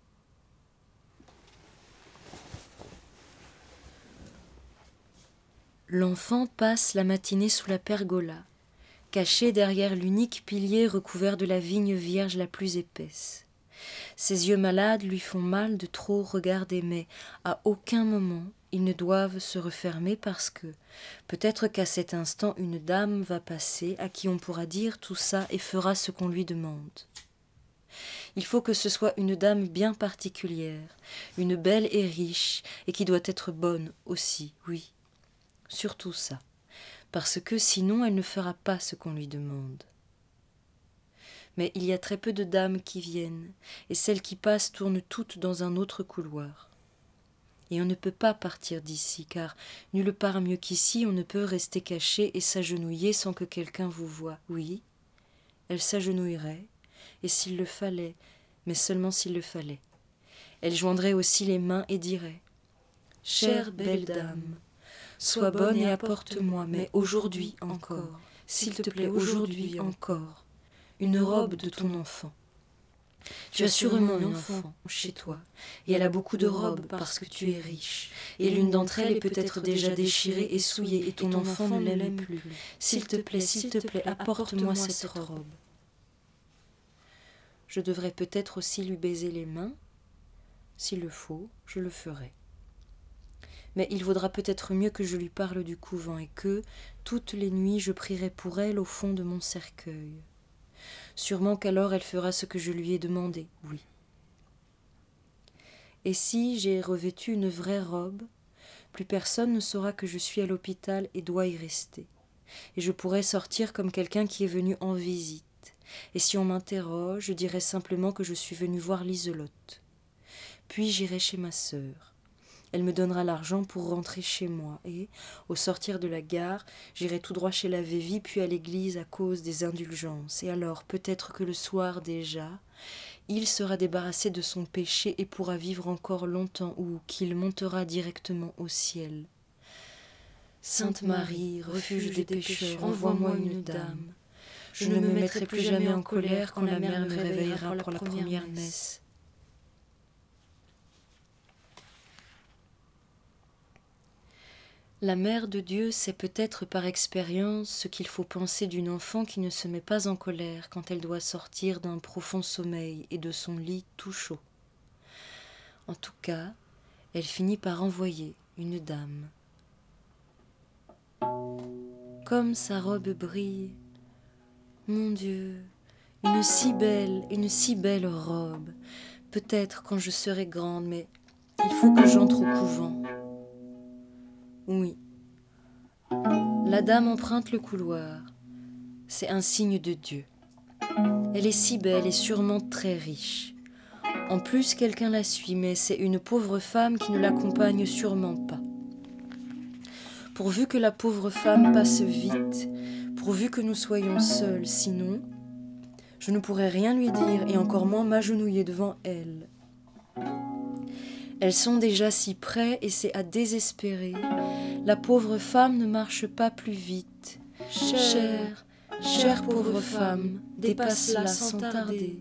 L'enfant passe la matinée sous la pergola, caché derrière l'unique pilier recouvert de la vigne vierge la plus épaisse. Ses yeux malades lui font mal de trop regarder, mais à aucun moment ils ne doivent se refermer parce que peut-être qu'à cet instant une dame va passer à qui on pourra dire tout ça et fera ce qu'on lui demande. Il faut que ce soit une dame bien particulière, une belle et riche, et qui doit être bonne aussi, oui, surtout ça, parce que sinon elle ne fera pas ce qu'on lui demande. Mais il y a très peu de dames qui viennent, et celles qui passent tournent toutes dans un autre couloir. Et on ne peut pas partir d'ici, car nulle part mieux qu'ici on ne peut rester caché et s'agenouiller sans que quelqu'un vous voie. Oui, elle s'agenouillerait, et s'il le fallait, mais seulement s'il le fallait. Elle joindrait aussi les mains et dirait « Chère belle dame, sois bonne et apporte-moi, mais aujourd'hui encore, s'il te plaît, aujourd'hui encore, une robe de ton enfant. Tu as sûrement une enfant chez toi, et elle a beaucoup de robes parce que tu es riche, et l'une d'entre elles est peut-être déjà déchirée et souillée, et ton enfant ne l'aime plus. S'il te plaît, s'il te plaît, apporte-moi cette robe. » Je devrais peut-être aussi lui baiser les mains. S'il le faut, je le ferai. Mais il vaudra peut-être mieux que je lui parle du couvent et que, toutes les nuits, je prierai pour elle au fond de mon cercueil. Sûrement qu'alors elle fera ce que je lui ai demandé, oui. Et si j'ai revêtu une vraie robe, plus personne ne saura que je suis à l'hôpital et dois y rester. Et je pourrai sortir comme quelqu'un qui est venu en visite. Et si on m'interroge, je dirai simplement que je suis venue voir Liselotte. Puis j'irai chez ma sœur. Elle me donnera l'argent pour rentrer chez moi et, au sortir de la gare, j'irai tout droit chez la Vévy puis à l'église à cause des indulgences. Et alors, peut-être que le soir déjà, il sera débarrassé de son péché et pourra vivre encore longtemps ou qu'il montera directement au ciel. Sainte Marie, refuge des pécheurs, envoie-moi une dame. Je ne me mettrai plus jamais en colère quand la mère me réveillera pour la première messe. La Mère de Dieu sait peut-être par expérience ce qu'il faut penser d'une enfant qui ne se met pas en colère quand elle doit sortir d'un profond sommeil et de son lit tout chaud. En tout cas, elle finit par envoyer une dame. Comme sa robe brille, mon Dieu, une si belle, une si belle robe. Peut-être quand je serai grande, mais il faut que j'entre au couvent. Oui. La dame emprunte le couloir. C'est un signe de Dieu. Elle est si belle et sûrement très riche. En plus, quelqu'un la suit, mais c'est une pauvre femme qui ne l'accompagne sûrement pas. Pourvu que la pauvre femme passe vite, pourvu que nous soyons seuls, sinon, je ne pourrais rien lui dire et encore moins m'agenouiller devant elle. Elles sont déjà si près et c'est à désespérer. La pauvre femme ne marche pas plus vite. Chère, chère pauvre femme, dépasse-la sans tarder.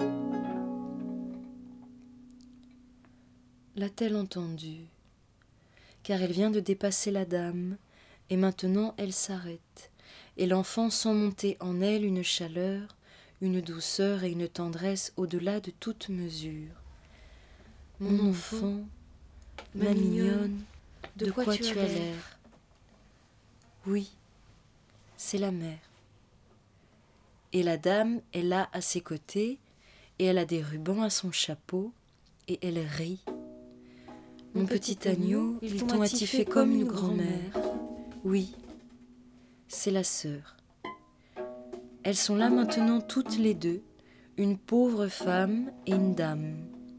L'a-t-elle entendu? Car elle vient de dépasser la dame, et maintenant elle s'arrête, et l'enfant sent monter en elle une chaleur, une douceur et une tendresse au-delà de toute mesure. Mon enfant, ma mignonne, de quoi tu as l'air? Oui, c'est la mère. Et la dame est là à ses côtés, et elle a des rubans à son chapeau, et elle rit. Mon petit agneau, ils t'ont attifé comme une grand-mère. Oui, c'est la sœur. Elles sont là maintenant toutes les deux, une pauvre femme et une dame.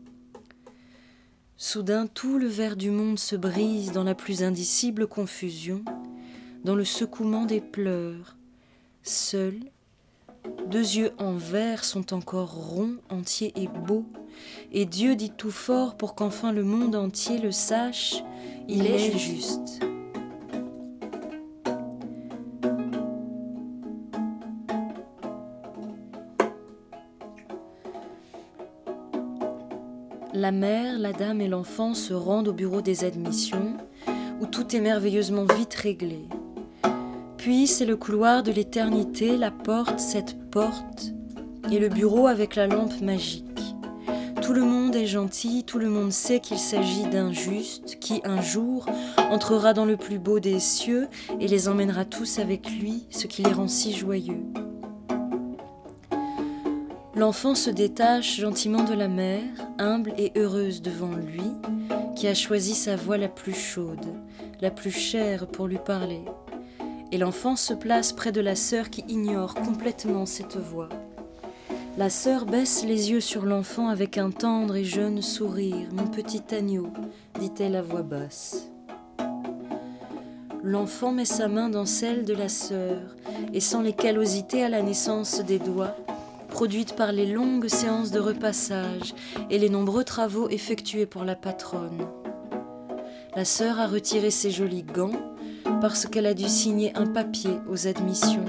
Soudain, tout le verre du monde se brise dans la plus indicible confusion, dans le secouement des pleurs. Seuls, deux yeux en verre sont encore ronds, entiers et beaux, et Dieu dit tout fort pour qu'enfin le monde entier le sache, il est juste. La mère, la dame et l'enfant se rendent au bureau des admissions, où tout est merveilleusement vite réglé. Puis c'est le couloir de l'éternité, la porte, cette porte, et le bureau avec la lampe magique. Tout le monde est gentil, tout le monde sait qu'il s'agit d'un juste qui, un jour, entrera dans le plus beau des cieux et les emmènera tous avec lui, ce qui les rend si joyeux. L'enfant se détache gentiment de la mère, humble et heureuse devant lui, qui a choisi sa voix la plus chaude, la plus chère pour lui parler. Et l'enfant se place près de la sœur qui ignore complètement cette voix. La sœur baisse les yeux sur l'enfant avec un tendre et jeune sourire. « Mon petit agneau », dit-elle à voix basse. L'enfant met sa main dans celle de la sœur et sent les callosités à la naissance des doigts, produites par les longues séances de repassage et les nombreux travaux effectués pour la patronne. La sœur a retiré ses jolis gants parce qu'elle a dû signer un papier aux admissions.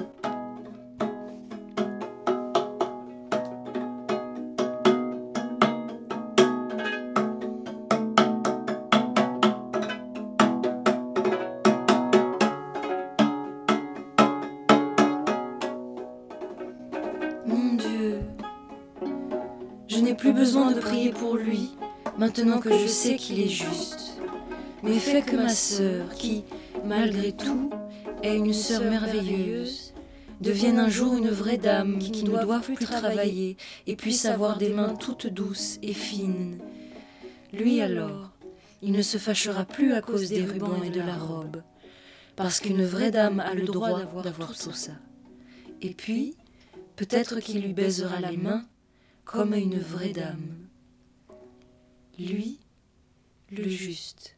Mon Dieu, je n'ai plus besoin de prier pour lui, maintenant que je sais qu'il est juste. Mais fais que ma sœur, qui, malgré tout, est une sœur merveilleuse, devienne un jour une vraie dame qui ne doive plus travailler et puisse avoir des mains toutes douces et fines. Lui alors, il ne se fâchera plus à cause des rubans et de la robe, parce qu'une vraie dame a le droit d'avoir tout ça. Et puis, peut-être qu'il lui baisera les mains comme à une vraie dame. Lui, le juste.